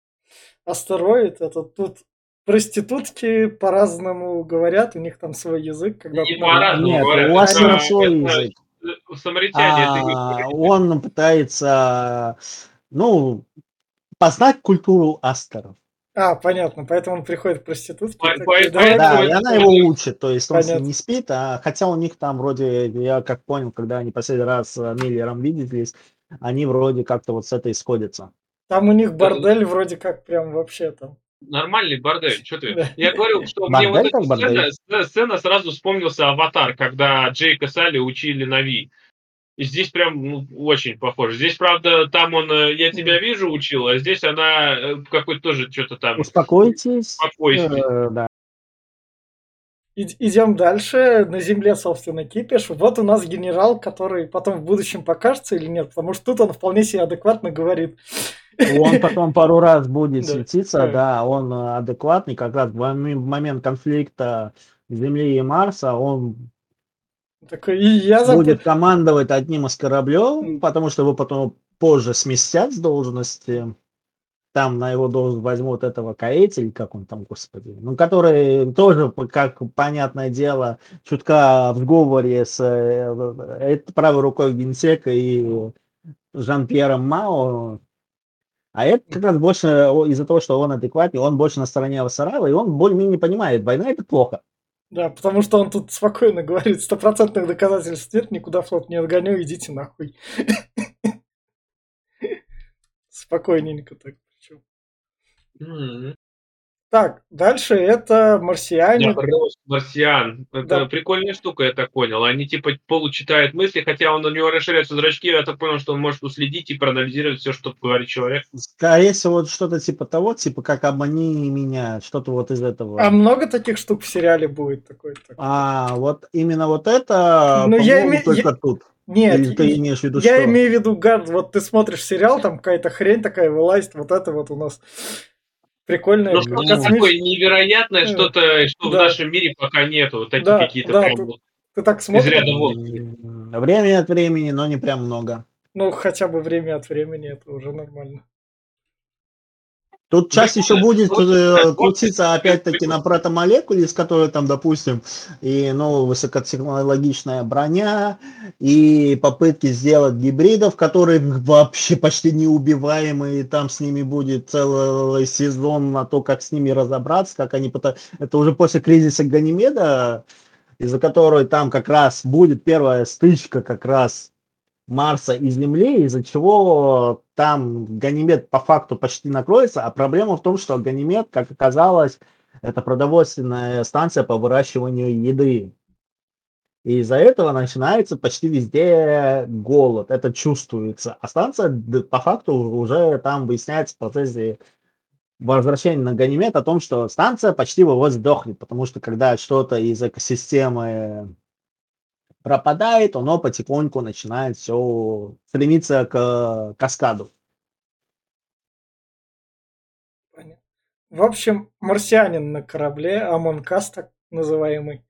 астероид. Это тут проститутки по-разному говорят, у них там свой язык, когда Не по-разному Нет, говорят, у они... Астеров свой это язык. самаритяне, это их говорили. Он пытается, ну, познать культуру Астеров. Понятно, поэтому он приходит к проститутке и такой, давай, Да, Поэтому и это она его тоже учит, то есть он с ней понятно. не спит, хотя у них там вроде, я как понял, когда они последний раз с Миллером виделись, они вроде как-то вот с этой сходятся. Там у них бордель вроде как прям вообще там. нормальный бордель. Что ты? Да. Я говорю, что мне вот Бордель эта как бордель. сцена сразу вспомнился «Аватар», когда Джейк и Салли учили Нави. И здесь прям очень похоже. Здесь, правда, там он «я тебя вижу» учил, а здесь она какой-то тоже что-то там Успокойтесь, «спокойствие». да. Идем дальше. На Земле, собственно, кипиш. Вот у нас генерал, который потом в будущем покажется или нет, потому что тут он вполне себе адекватно говорит. Он потом пару раз будет Да. светиться, да, он адекватный, как раз в момент конфликта Земли и Марса он Такой, и я будет командовать одним из кораблев, потому что его потом позже сместят с должности. Там на его должность возьмут этого Каэти, или как он там, господи, ну, который тоже, как понятное дело, чутка в сговоре с правой рукой генсека и Жан-Пьером Мао. А это как раз больше из-за того, что он адекватный, он больше на стороне Авасарала, и он более-менее понимает, война это плохо. Да, потому что он тут спокойно говорит, стопроцентных доказательств нет, никуда флот не отгоню, идите нахуй. Спокойненько так. Так, дальше это Я марсиане. рост марсиан. Это Да. прикольная штука, я так понял. Они типа получитают мысли, хотя у него расширяются зрачки, я так понял, что он может уследить и проанализировать все, что говорит человек. Скорее всего, вот что-то типа того, типа как «Обмани меня», что-то вот из А этого. много таких штук в сериале будет такой? А вот именно вот это, Ну, я по-моему, имею... только тут. Нет, Или ты имеешь в виду я что? имею в виду, Гард, вот ты смотришь сериал, там какая-то хрень такая вылазит, вот это вот у нас прикольное Ну, что-то такое космическое. невероятное, что-то, что в Да, нашем мире пока нету. Вот такие да, какие-то да, прям вот ты так из смотришь, ряда вон. Время от времени, но не прям много. ну, хотя бы время от времени, это уже нормально. Тут часть еще Прикольно. будет Ну, да, крутиться опять-таки прикольно. на протомолекуле, с которой там, допустим, и высокотехнологичная броня, и попытки сделать гибридов, которые вообще почти неубиваемые, и там с ними будет целый сезон на то, как с ними разобраться, как они пытаются... Это уже после кризиса Ганимеда, из-за которой там как раз будет первая стычка как раз Марса и Земли, из-за чего там Ганимед по факту почти накроется, а проблема в том, что Ганимед, как оказалось, это продовольственная станция по выращиванию еды. И из-за этого начинается почти везде голод, это чувствуется. А станция по факту уже там выясняется в процессе возвращения на Ганимед о том, что станция почти вот сдохнет, потому что когда что-то из экосистемы пропадает, оно потихоньку начинает все стремиться к каскаду. Понятно. В общем, марсианин на корабле, Амонг Ас так называемый.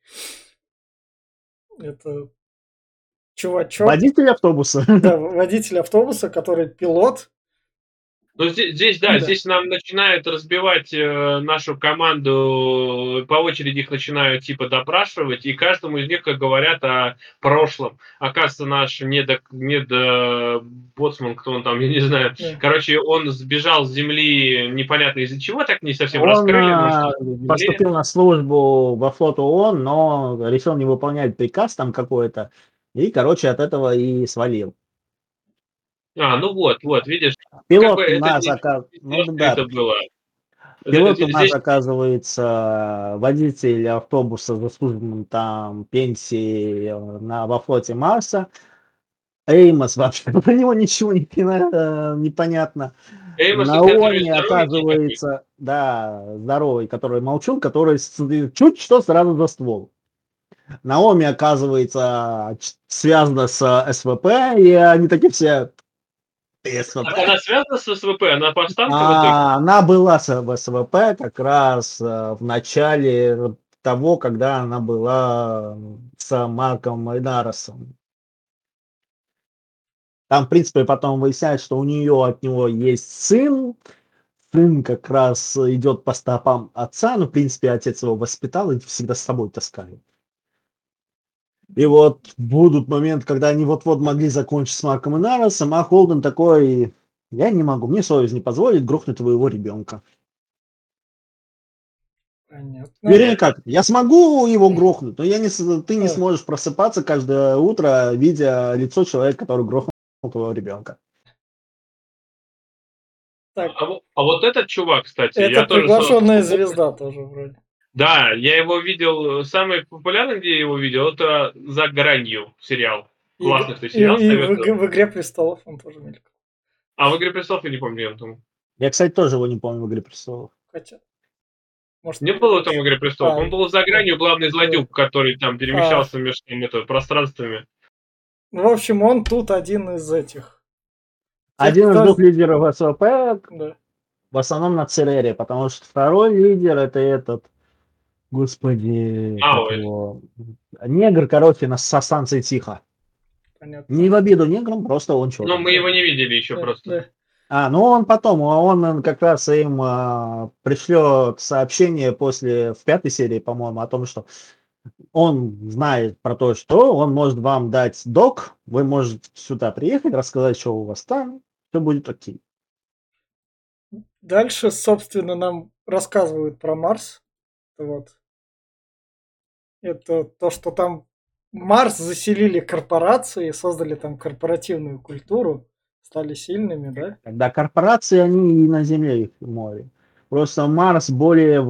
Это чувачок, Водитель автобуса. да, водитель автобуса, который пилот. Ну, здесь, да, Да. здесь нам начинают разбивать нашу команду, по очереди их начинают типа допрашивать, и каждому из них, как говорят, о прошлом. Оказывается, наш боцман, кто он там, я не знаю. Да. Короче, он сбежал с земли непонятно из-за чего, так не совсем Он раскрыли, но что с земли. поступил на службу во флот ООН, но решил не выполнять приказ там какой-то, и, короче, от этого и свалил. Ну вот, видишь, как бы Пилот это наш, не ну это да, было. пилот у нас, Здесь оказывается, водитель автобуса с заслуженным там пенсией во флоте Марса. Эймос вообще, про него ничего непонятно. Эймос, это который Наоми, здоровенький такой. оказывается, да, здоровый, который молчун, который чуть что сразу за ствол. Наоми, оказывается, связана с СВП, и они такие все, ты СВП? Так она связана с СВП, она повстанка в итоге? Она была в СВП как раз в начале того, когда она была с Марком Майнаросом. Там, в принципе, потом выясняется, что у нее от него есть сын. Сын как раз идет по стопам отца, но, в принципе, отец его воспитал и всегда с собой таскает. И вот будут моменты, когда они вот-вот могли закончить с Марком и Наросом, а Холден такой, я не могу, мне совесть не позволит грохнуть твоего ребенка. Понятно. Вернее как, я смогу его грохнуть, но ты не А, сможешь просыпаться каждое утро, видя лицо человека, который грохнул твоего ребенка. так, А вот этот чувак, кстати, это я тоже приглашенная звезда тоже вроде. да, я его видел, самый популярный, где я его видел, это «За гранью» сериал. И, Классный ты и, сериал, и советую. в «Игре престолов» он тоже мелькал. А в «Игре престолов» я не помню, где он там. Я, кстати, тоже его не помню в «Игре престолов». Хотя, может, Не было там в «Игре престолов». Он был «За да, гранью», главный да. злодюк, который там А, перемещался между пространствами. ну, в общем, он тут один из этих. Тех, Один из кто... двух лидеров СВП, Да. в основном на Церере, потому что второй лидер это этот, господи, как Ой. его, негр, короче, со станции Тихо. Не Понятно. в обиду неграм, просто он Но черный. мы его не видели еще Да, просто. да. Ну он потом, он как раз им пришлет сообщение в пятой серии, по-моему, о том, что он знает про то, что он может вам дать док, вы можете сюда приехать, рассказать, что у вас там, все будет окей. Дальше, собственно, нам рассказывают про Марс. Вот. Это то, что там Марс заселили корпорации, создали там корпоративную культуру, стали сильными, да? Когда корпорации, они и на земле их в море. Просто Марс более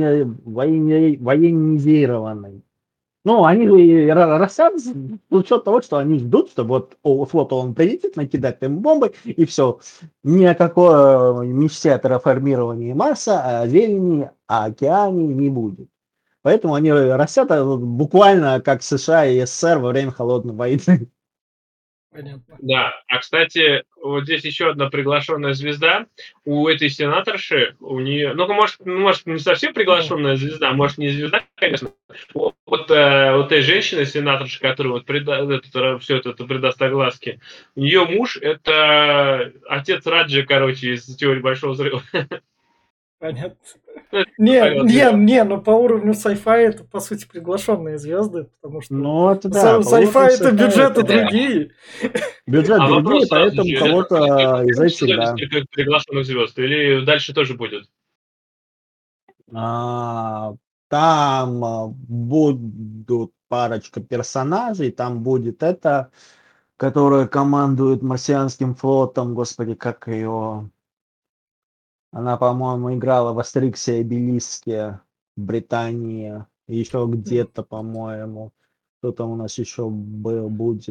военизированный. Ну, они же и растят с учет того, что они ждут, что вот флот он прилетит, накидать им бомбы, и все. Ни о какой мечте о терраформировании Марса, о зелени, о океане не будет. Поэтому они растят буквально как США и СССР во время холодной войны. Понятно. Да, а кстати, вот здесь еще одна приглашенная звезда. У этой сенаторши, у нее, ну, может, не совсем приглашенная звезда, может, не звезда, конечно. Вот этой женщины, сенаторши, которая вот все это придаст огласке, у нее муж это отец Раджи, короче, из теории Большого Взрыва. Понятно. Ну, это Не, но по уровню sci-fi это, по сути, приглашенные звезды, потому что Ну, это да. по sci-fi уровню это sci-fi бюджеты это да. другие. Бюджет А другие, вопрос сразу поэтому же, кого-то из этих, всего да. несколько приглашенных звезд, или дальше тоже будет? А, Там будут парочка персонажей, там будет эта, которая командует марсианским флотом, господи, как ее... Она, по-моему, играла в Астериксе и Обелиске в Британии, еще где-то, по-моему. Кто там у нас еще будет?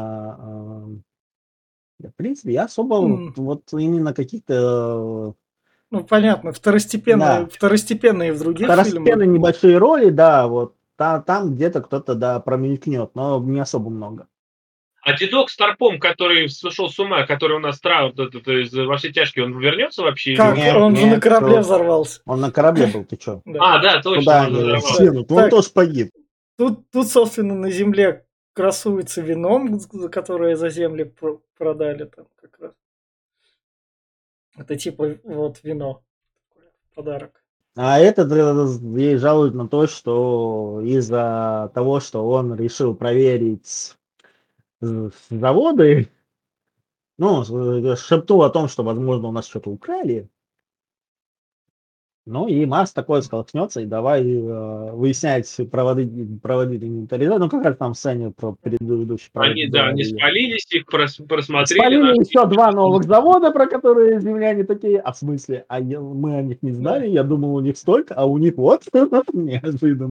В принципе, я особо М, вот именно каких-то, Ну, понятно, да, второстепенные в других фильмах. второстепенные небольшие роли, да, вот там где-то кто-то, да, промелькнет, но не особо много. А дедок с торпом, который сошел с ума, который у нас во все тяжкие, он вернется вообще или он Как? Нет, Он же на нет, корабле что взорвался. он на корабле был, ты чё? Да. А, да, точно, Куда он же они взорвался. синут? Он Так, тоже погиб. тут, собственно, на земле красуется вином, за которое за земли продали там как раз. Это типа вот вино. Подарок. А этот ей жалуют на то, что из-за того, что он решил проверить заводы, ну, шепнул о том, что, возможно, у нас что-то украли. Ну и Марс такой сколыхнется и давай выяснять, проводить инвентаризацию. Ну, как раз там в сцене про предыдущий Они, да, они говорили. спалились, их просмотрели, Спалили нашли. еще 2 новых завода, про которые земляне такие. А в смысле? Мы о них не знали, Да. я думал, у них столько, а у них вот. Неожиданно.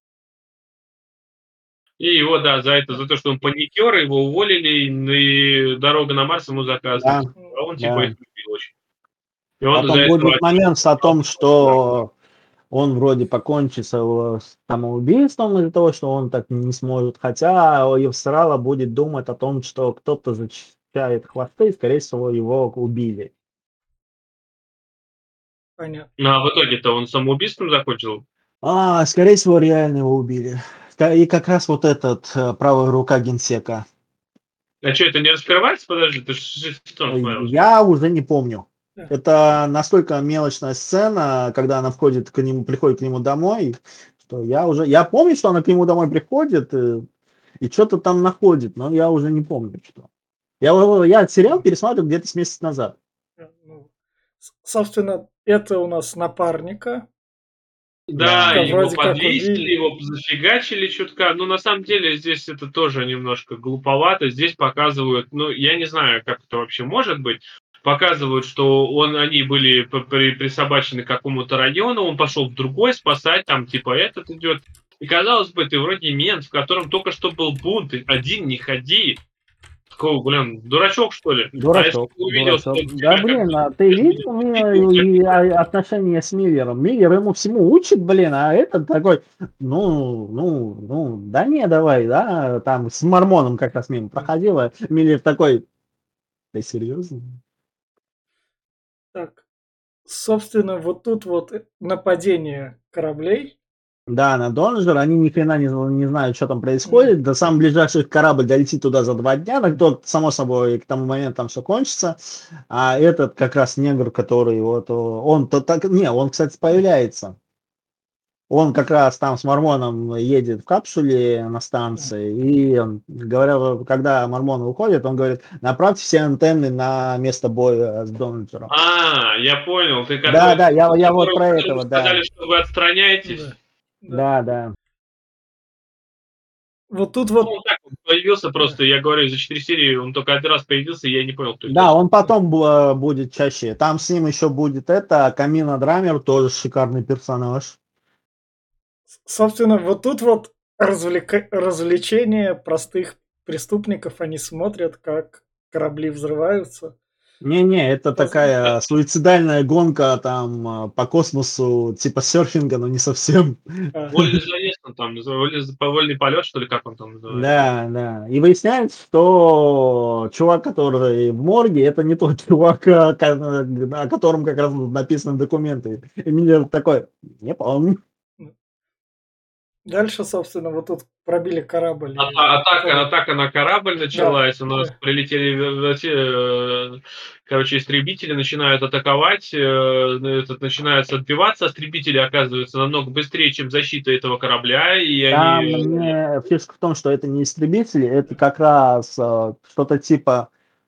И его, да, за то, что он паникер, его уволили, и дорога на Марс ему Да, заказана. А он типа да. их любил очень. И он из-за Потом этого будет момент о том, что он вроде покончит с самоубийством из-за того, что он так не сможет. Хотя Евсрала будет думать о том, что кто-то зачищает хвосты, и, скорее всего, его убили. Понятно. Ну, а в итоге-то он самоубийством закончил? Скорее всего, реально его убили. И как раз вот этот правая рука генсека. А что, это не раскрывается? Подожди, ты что смотрел? Я уже не помню. Да. Это настолько мелочная сцена, когда она входит к нему, приходит к нему домой, что я помню, что она к нему домой приходит и что-то там находит, но я уже не помню, что. Я сериал пересматривал где-то с месяц назад. Ну, собственно, это у нас напарника. Да, Да. его Вроде как подвесили, убили. его зафигачили чутка. Ну, на самом деле, здесь это тоже немножко глуповато. Здесь показывают, ну, я не знаю, как это вообще может быть. Показывают, что они были присобачены к какому-то району, он пошел в другой спасать, там, типа, этот идет. И, казалось бы, ты вроде мент, в котором только что был бунт, ты один не ходи. Такой, блин, дурачок, что ли? А если Дурачок, ты увидел, что дурачок. Да, тебя как блин, бы а ты видел отношения с Миллером? Миллер ему всему учит, блин, а этот такой, да не, давай, да, там с Мормоном как раз мимо проходила, Миллер такой, ты серьезно? Так, собственно, вот тут вот нападение кораблей. Да, на Донжер, они ни хрена не знают, что там М, происходит. До самый ближайший корабль долетит туда за 2 дня, но кто, само собой, к тому моменту там все кончится. А этот как раз негр, который вот, он, кстати, появляется. Он как раз там с Мормоном едет в капсуле на станции, и говорят, когда Мормон уходит, он говорит, направьте все антенны на место боя с Донжером. А, я понял. Ты Да, который, да, я вот про которому этого, да. сказали, что вы отстраняетесь. Да. Да, да. Вот тут Ну, вот так вот, появился просто, я говорю, за 4 серии он только один раз появился, и я не понял, кто это. Да, он потом будет чаще. Там с ним еще будет Камина Драмер, тоже шикарный персонаж. Собственно, вот тут вот развлечения простых преступников, они смотрят, как корабли взрываются. Не-не, это такая суицидальная гонка там по космосу, типа серфинга, но не совсем. Вольный заезд он там называется, вольный полет, что ли, как он там называется? Да, да. И выясняется, что чувак, который в морге, это не тот чувак, о котором как раз написаны документы. И меня такой, не помню. Дальше, собственно, вот тут пробили корабль. Атака на корабль началась, Да, у нас да. прилетели, короче, истребители начинают атаковать, начинаются отбиваться, истребители оказываются намного быстрее, чем защита этого корабля, и Там они... мне фишка в том, что это не истребители, это как раз что-то типа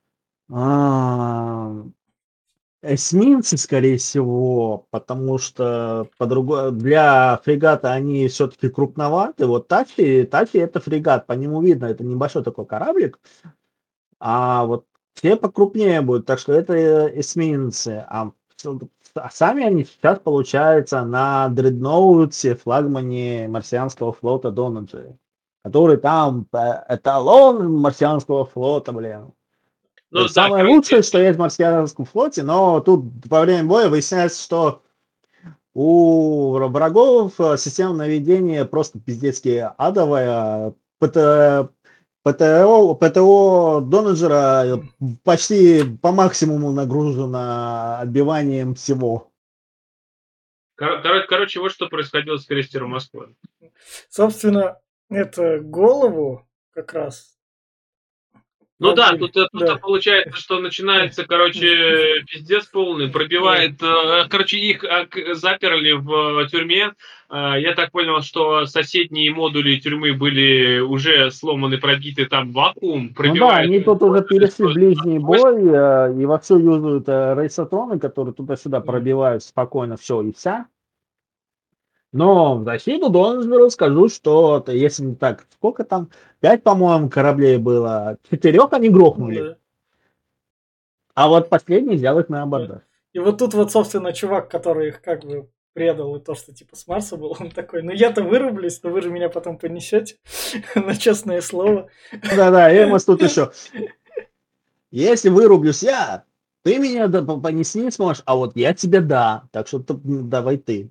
а, эсминцы, скорее всего, потому что для фрегата они все-таки крупноваты. Вот Тафи это фрегат, по нему видно, это небольшой такой кораблик, а вот те покрупнее будут, так что это эсминцы. А сами они сейчас, получается, на дредноуте, флагмане марсианского флота Донаджи, который там эталон марсианского флота, блин. Ну Это да, самое лучшее, что есть в марсианском флоте, но тут во время боя выясняется, что у врагов система наведения просто пиздецки адовая. ПТО Донаджера почти по максимуму нагружено отбиванием всего. короче, вот что происходило с крейсером Москва. Собственно, это голову как раз. Ну да, пробили. тут получается, что начинается, короче, пиздец полный, пробивает, короче, их заперли в тюрьме. Я так понял, что соседние модули тюрьмы были уже сломаны, пробиты, там вакуум, Ну да, пробивает. они тут уже перешли в ближний бой и вовсю юзают рейсатроны, которые туда-сюда пробивают спокойно все и вся. Но в защиту Дональдсберу скажу, что если не так, сколько там, 5, по-моему, кораблей было, 4 они грохнули, Да. а вот последний взял их на абордаж. И вот тут вот, собственно, чувак, который их как бы предал, и то, что типа с Марса был, он такой, ну я-то вырублюсь, но вы же меня потом понесете, на честное слово. Да-да, Эмос тут еще. Если вырублюсь я, ты меня понести не сможешь, а вот я тебе да. Так что давай ты.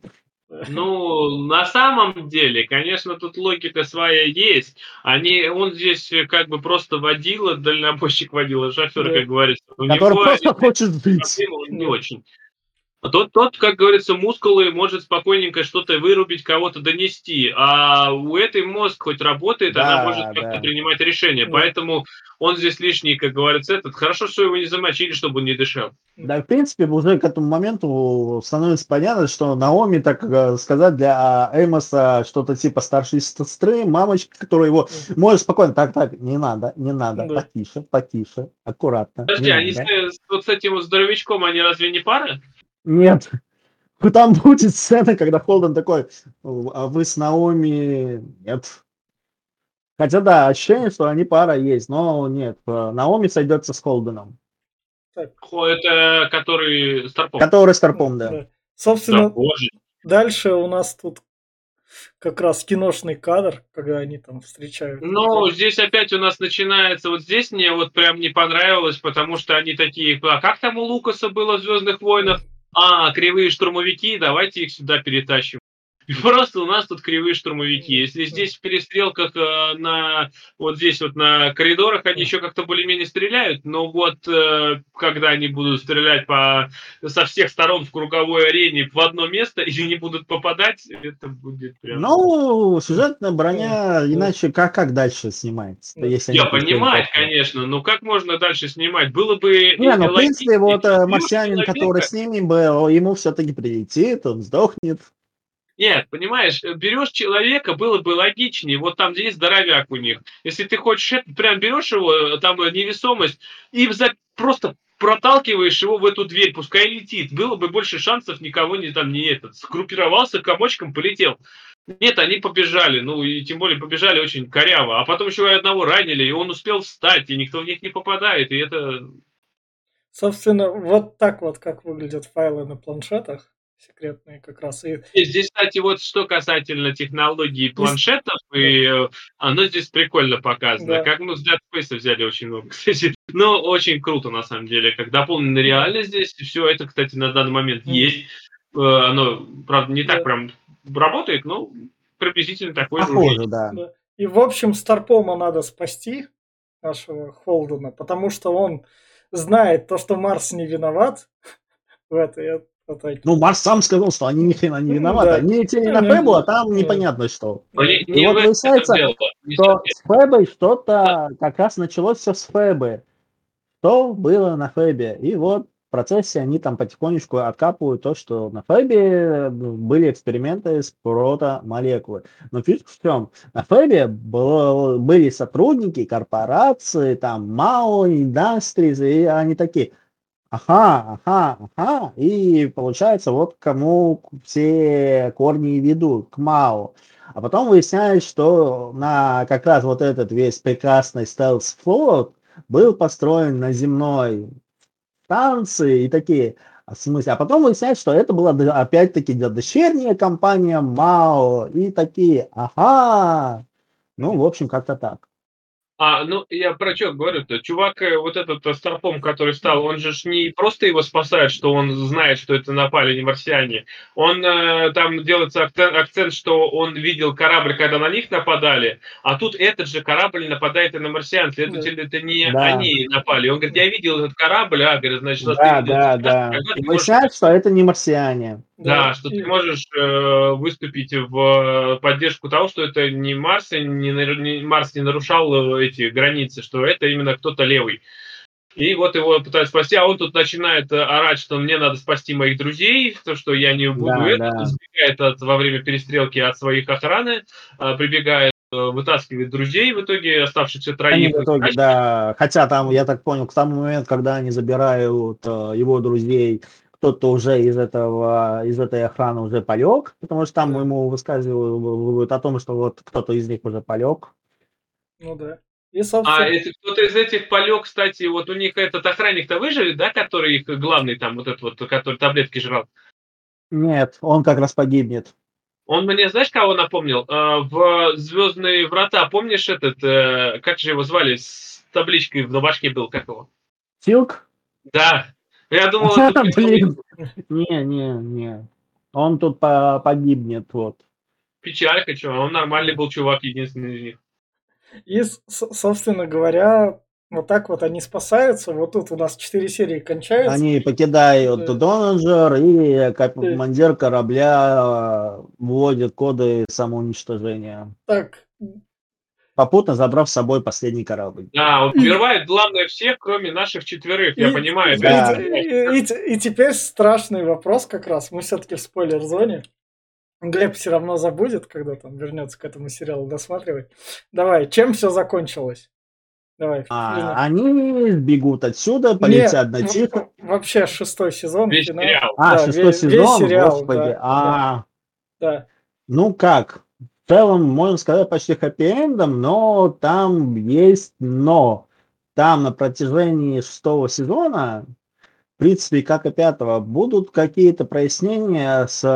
Ну, на самом деле, конечно, тут логика своя есть. Он здесь как бы просто водила, дальнобойщик водила, шофер, Да. как говорится. У Который него просто хочет жить. проблема, он не Да. очень. А тот, как говорится, мускулы может спокойненько что-то вырубить, кого-то донести. А у этой мозг хоть работает, она может Да, как-то да. принимать решения. Да. Поэтому он здесь лишний, как говорится, Хорошо, что его не замочили, чтобы он не дышал. Да, в принципе, уже к этому моменту становится понятно, что Наоми, так сказать, для Эймоса что-то типа старшей сестры, мамочка, которая его может спокойно, так, не надо, Да. потише, аккуратно, Подожди, не они надо. вот с этим вот здоровячком, они разве не пара? Нет, там будет сцена, когда Холден такой, а вы с Наоми, нет. Хотя да, ощущение, что они пара есть, но нет, Наоми сойдется с Холденом. Так. Это который Старпом. Который Старпом, да. Да, Собственно, боже. дальше у нас тут как раз киношный кадр, когда они там встречают. Ну, здесь опять у нас начинается, вот здесь мне вот прям не понравилось, потому что они такие, а как там у Лукаса было в «Звездных войнах»? Кривые штурмовики, давайте их сюда перетащим. И просто у нас тут кривые штурмовики. Если здесь в перестрелках вот здесь вот на коридорах они еще как-то более-менее стреляют, но вот когда они будут стрелять со всех сторон в круговой арене в одно место и не будут попадать, это будет прям... Ну, сюжетная броня, иначе как дальше снимается? Если Я нет понимаю, конечно, но как можно дальше снимать? Было бы не, ну, в принципе, логичнее, вот берешь марсианин, который человека. с ними был, ему все-таки прилетит, он сдохнет. Нет, понимаешь, берешь человека, было бы логичнее. Вот там, где есть здоровяк у них. Если ты хочешь это, прям берешь его, там невесомость, и просто проталкиваешь его в эту дверь, пускай летит. Было бы больше шансов, никого не сгруппировался, комочком полетел. Нет, они побежали, ну и тем более побежали очень коряво, а потом еще и одного ранили, и он успел встать, и никто в них не попадает, и это... Собственно, вот так вот, как выглядят файлы на планшетах секретные как раз. И здесь, кстати, вот что касательно технологий И планшетов, да, оно здесь прикольно показано. да, Как, ну, с Dead Space взяли очень много, кстати. Но очень круто, на самом деле, как дополненная да, реальность здесь. Все это, кстати, на данный момент м, есть. Оно, правда, не так да, прям работает, но приблизительно такой же уже Похоже, есть. да. да. И, в общем, Старпома надо спасти, нашего Холдена, потому что он знает то, что Марс не виноват в этой атаке. Ну, Марс сам сказал, что они ни хрена не виноваты. Да. Они летели Ну, на Фебу, а там не, непонятно что. Но да. И не вот в этом выясняется, дело. Не что совсем. с Фебой что-то как раз началось все с Фебы. Что было на Фебе? И вот в процессе они там потихонечку откапывают то, что на Фебе были эксперименты с протомолекулой. Но фишка в чем? На Фебе были сотрудники корпорации, там МАО, Industries, и они такие: ага, ага, ага. И получается, вот к кому все корни и ведут, к МАО. А потом выясняется, что на как раз вот этот весь прекрасный стелс-флот был построен на земной станции и такие, в смысле, а потом выясняется, что это была опять-таки дочерняя компания МАО и такие, ага, ну, в общем, как-то так. Ну, я про что говорю-то? Чувак, вот этот Старпом, который стал, он же ж не просто его спасает, что он знает, что это напали не марсиане. Он там делается акцент, что он видел корабль, когда на них нападали, а тут этот же корабль нападает и на марсиан. Да. Следовательно, это не Да, они напали. Он говорит, я видел этот корабль, говорит, значит, раз ты да, видел да, сейчас, да. тогда И ты можешь выясняется, что это не марсиане. Да. да, что ты можешь выступить в поддержку того, что это не Марс, и Марс не нарушал эти границы, что это именно кто-то левый. И вот его пытаются спасти, а он тут начинает орать, что мне надо спасти моих друзей, то, что я не буду Да, это, да. сбегает во время перестрелки от своих охраны, прибегает, вытаскивает друзей, в итоге оставшихся Они троих в их итоге, тащит. да, хотя там, я так понял, к тому моменту, когда они забирают его друзей, кто-то уже из этой охраны уже полег, потому что там Да. ему высказывают о том, что вот кто-то из них уже полег. Ну да. И, А собственно, если кто-то из этих полег, кстати, вот у них этот охранник-то выживет, да, который их главный там, вот этот вот, который таблетки жрал? Нет, он как раз погибнет. Он мне, знаешь, кого напомнил? В «Звездные врата», помнишь этот, как же его звали, с табличкой на башке был, как его? Силк? Да. Я думал, это Блин. Не. Он тут погибнет, вот. печалька, что он нормальный был чувак, единственный из них. и, собственно говоря, вот так вот они спасаются. Вот тут у нас 4 серии кончаются. Они покидают Да. Доннеджер, и Э, командир корабля вводит коды самоуничтожения, Так, попутно забрав с собой последний корабль. Да, и, убивает, главное, всех, кроме наших четверых, я и, понимаю, это Да, и теперь страшный вопрос как раз. Мы все-таки в спойлер-зоне. Глеб все равно забудет, когда там вернется к этому сериалу досматривать. Давай, чем все закончилось? Давай, они бегут отсюда, Не, полетят на Тихо. вообще 6-й сезон, весь финал. сериал. Да, Шестой весь сезон, сериал, господи. да, да, да. Ну как? В целом, можно сказать, почти хэппи-эндом, но там есть но. Там на протяжении шестого сезона, в принципе, как и пятого, будут какие-то прояснения с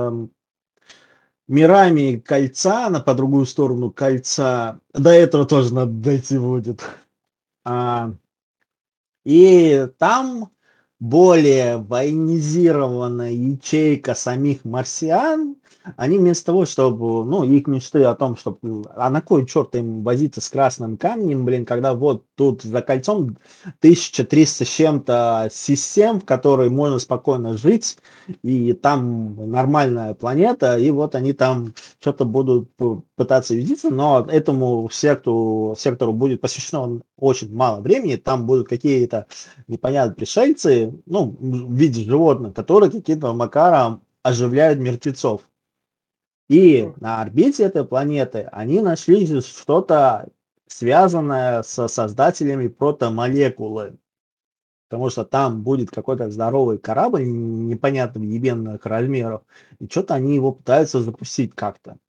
мирами кольца, по другую сторону кольца. До этого тоже надо дойти будет. А, И там более военизированная ячейка самих марсиан, они вместо того, чтобы, ну, их мечты о том, чтобы, а на кой черт им возиться с красным камнем, блин, когда вот тут за кольцом 1300 с чем-то систем, в которой можно спокойно жить, и там нормальная планета, и вот они там что-то будут пытаться видеться, но этому сектору будет посвящено очень мало времени, там будут какие-то непонятные пришельцы, ну, в виде животных, которые каким-то макаром оживляют мертвецов. И на орбите этой планеты они нашли что-то связанное со создателями протомолекулы. Потому что там будет какой-то здоровый корабль непонятных ебенных размеров, и что-то они его пытаются запустить как-то.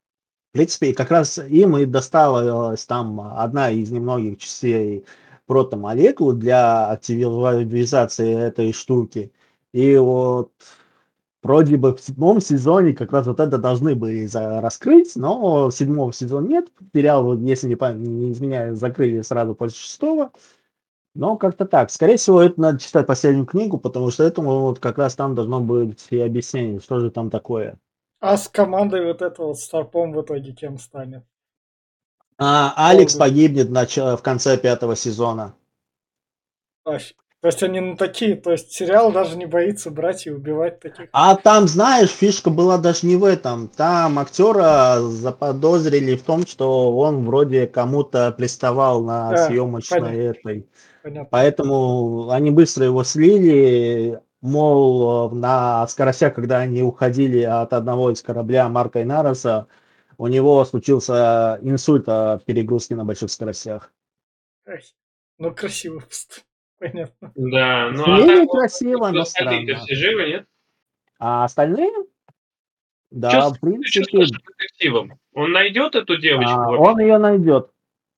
В принципе, как раз им и досталась там одна из немногих частей протомолекул для активизации этой штуки. И вот вроде бы в 7 сезоне как раз вот это должны были раскрыть, но 7 сезона нет. Сериал, вот, если не изменяю, закрыли сразу после 6. Но как-то так. Скорее всего, это надо читать последнюю книгу, потому что этому вот как раз там должно быть и объяснение, что же там такое. А с командой вот этого Старпом в итоге кем станет? Алекс Полгода. погибнет в конце 5 сезона. То есть они такие, то есть сериал даже не боится брать и убивать таких. А там, знаешь, фишка была даже не в этом. Там актера заподозрили в том, что он вроде кому-то приставал на съемочной этой. Понятно. Поэтому они быстро его слили, мол, на скоростях, когда они уходили от одного из корабля Марка Инароса, у него случился инсульт от перегрузки на больших скоростях. Ай, ну красиво. Понятно. Да, ну а так Смели вот, красиво, но остальные-то странно. все живы, нет? А остальные, Чё да, с в ты чё скажешь принципе, с детективом? Он найдет эту девочку вообще? он ее найдет,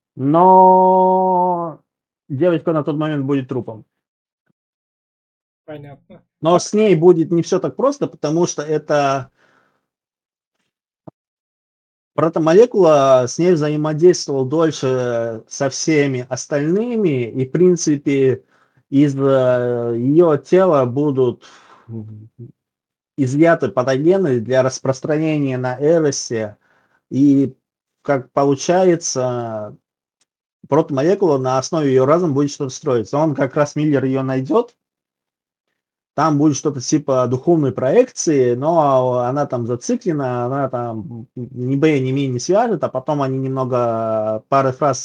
но девочка на тот момент будет трупом. Понятно. Но с ней будет не все так просто, потому что это протомолекула, с ней взаимодействовал дольше со всеми остальными, и, в принципе, из ее тела будут изъяты патогены для распространения на Эросе, и, как получается, протомолекула на основе ее разума будет что-то строиться. Он как раз, Миллер, ее найдет, там будет что-то типа духовной проекции, но она там зациклена, она там ни Б, ни Ми не свяжет, а потом они немного пары фраз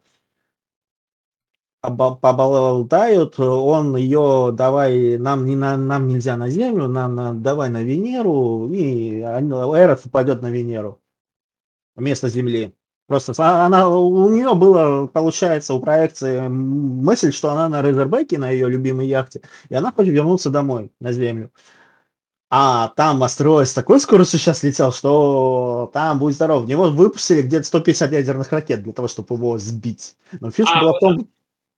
поболтают, он ее давай, нам нельзя на Землю, давай на Венеру, и Эрос упадет на Венеру вместо Земли. Просто у нее было, получается, у проекции мысль, что она на Резербеке, на ее любимой яхте, и она хочет вернуться домой, на Землю. А там астероид с такой скоростью сейчас летел, что там будет здоров. В него выпустили где-то 150 ядерных ракет для того, чтобы его сбить. Но фишка А была в том,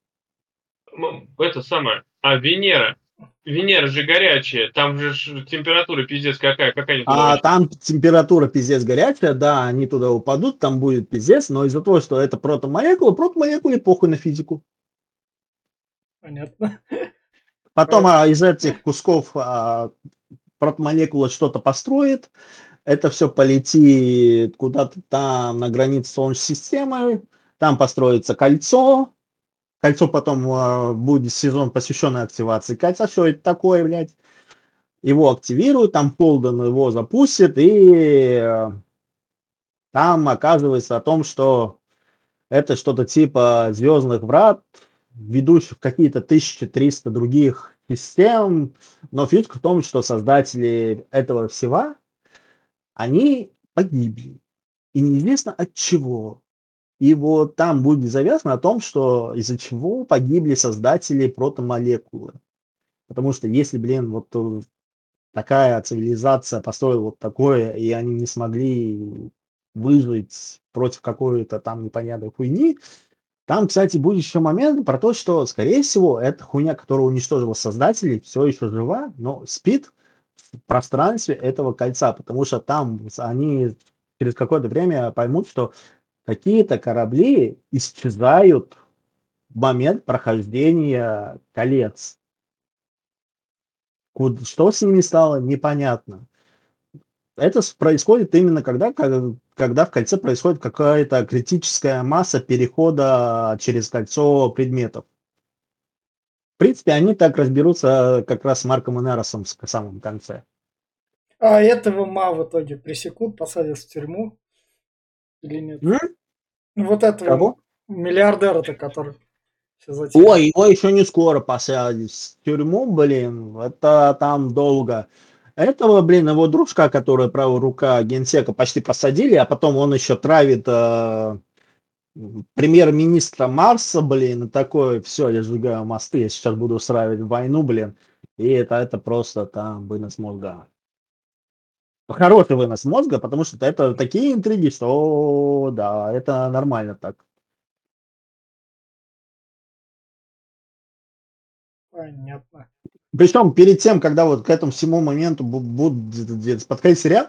это самое, Венера. Венера же горячая, там же температура пиздец какая они туда вообще? там температура пиздец горячая, да, они туда упадут, там будет пиздец, но из-за того, что это протомолекулы похуй на физику. Понятно. Потом из этих кусков протомолекула что-то построит, это все полетит куда-то там на границе Солнечной системы, там построится кольцо, потом будет сезон, посвященный активации кольца, что это такое, блядь, его активируют, там Холден его запустит, и там оказывается о том, что это что-то типа Звездных Врат, ведущих в какие-то 1300 других систем, но фишка в том, что создатели этого всего, они погибли. И неизвестно от чего. И вот там будет завязано о том, что из-за чего погибли создатели протомолекулы. Потому что если, блин, вот такая цивилизация построила вот такое, и они не смогли выжить против какой-то там непонятной хуйни, там, кстати, будет еще момент про то, что, скорее всего, эта хуйня, которая уничтожила создателей, все еще жива, но спит в пространстве этого кольца, потому что там они через какое-то время поймут, что какие-то корабли исчезают в момент прохождения колец. Что с ними стало, непонятно. Это происходит именно когда в кольце происходит какая-то критическая масса перехода через кольцо предметов. В принципе, они так разберутся как раз с Марком Инеросом в самом конце. А этого в итоге пресекут, посадят в тюрьму или нет? М? Ну, вот этого Кого? миллиардера-то, который все Ой, затеял. его еще не скоро посадят в тюрьму, блин, это там долго. Этого, блин, его дружка, которая правая рука генсека, почти посадили, а потом он еще травит премьер-министра Марса, блин, и такое, все, я сжигаю мосты, я сейчас буду устраивать войну, блин, и это просто там вынос мозга. хороший вынос мозга, потому что это такие интриги, что да, это нормально так. Понятно. Причем перед тем, когда вот к этому всему моменту будут подходить сериал,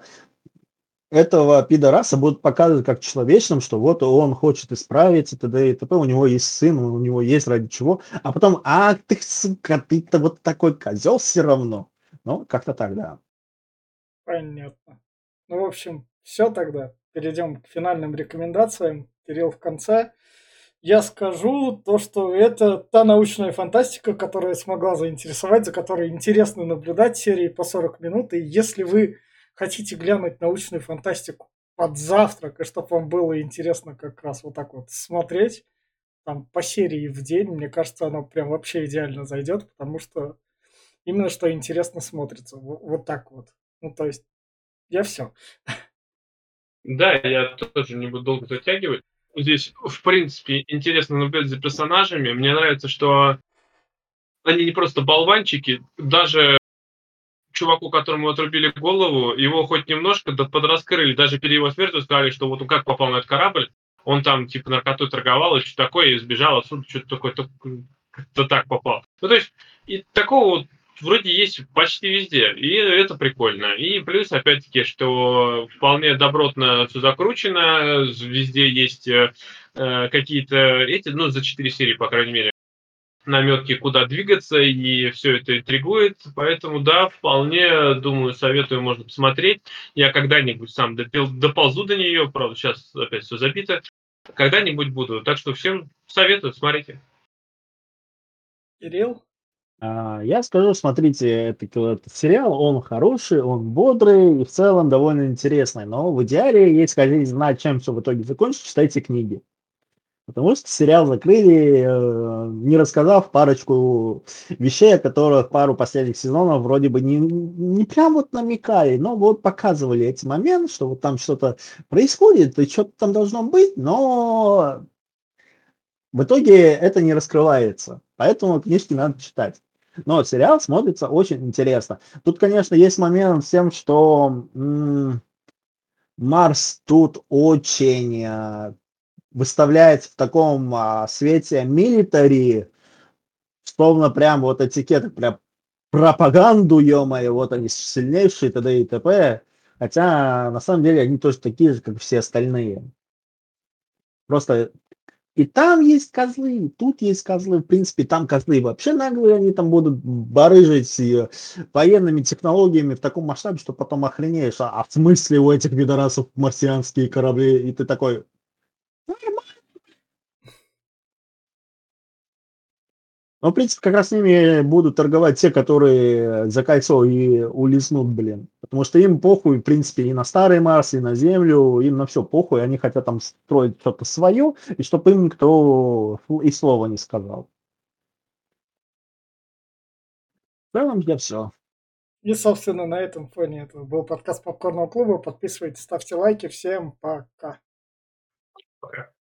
этого пидораса будут показывать как человечным, что вот он хочет исправить и т.д. и т.п. У него есть сын, у него есть ради чего. А потом, ты, сука, ты-то вот такой козел все равно. Ну, как-то так, да. Понятно. Ну, в общем, все тогда. Перейдем к финальным рекомендациям. Кирилл в конце. Я скажу то, что это та научная фантастика, которая смогла заинтересовать, за которой интересно наблюдать серии по 40 минут. И если вы хотите глянуть научную фантастику под завтрак, и чтобы вам было интересно как раз вот так вот смотреть, там по серии в день, мне кажется, оно прям вообще идеально зайдет, потому что именно что интересно смотрится. Вот так вот. Ну, то есть, я все. Да, я тоже не буду долго затягивать. Здесь, в принципе, интересно наблюдать за персонажами. Мне нравится, что они не просто болванчики. Даже чуваку, которому отрубили голову, его хоть немножко подраскрыли, даже перед его смертью сказали, что вот он как попал на этот корабль, он там типа наркотой торговал и что такое, и сбежал отсюда, что-то такое, как-то так попал. Ну, то есть, и такого вот вроде есть почти везде, и это прикольно. И плюс, опять-таки, что вполне добротно все закручено, везде есть какие-то эти, ну, за 4 серии, по крайней мере, наметки, куда двигаться, и все это интригует. Поэтому, да, вполне, думаю, советую, можно посмотреть. Я когда-нибудь сам доползу до нее, правда, сейчас опять все забито. Когда-нибудь буду. Так что всем советую, смотрите. Кирилл? Я скажу, смотрите, этот сериал, он хороший, он бодрый и в целом довольно интересный. Но в идеале, если хотите знать, чем все в итоге закончится, читайте книги. Потому что сериал закрыли, не рассказав парочку вещей, о которых пару последних сезонов вроде бы не прям вот намекали, но вот показывали эти моменты, что вот там что-то происходит, и что-то там должно быть, но в итоге это не раскрывается. Поэтому книжки надо читать. Но сериал смотрится очень интересно. Тут, конечно, есть момент с тем, что Марс тут очень выставляет в таком свете милитари, словно прям вот этикеты, прям пропаганду, ё-моё, вот они сильнейшие, т.д. и т.п. Хотя, на самом деле, они тоже такие же, как все остальные. Просто и там есть козлы, и тут есть козлы. В принципе, там козлы вообще наглые, они там будут барыжить военными технологиями в таком масштабе, что потом охренеешь. А в смысле у этих пидорасов марсианские корабли? И ты такой, ну, в принципе, как раз с ними будут торговать те, которые за кольцо и улизнут, блин. Потому что им похуй, в принципе, и на старый Марс, и на Землю, им на все похуй. Они хотят там строить что-то свое, и чтобы им никто и слова не сказал. В целом, я все. И, собственно, на этом фоне это был подкаст Попкорного клуба. Подписывайтесь, ставьте лайки. Всем пока. Пока.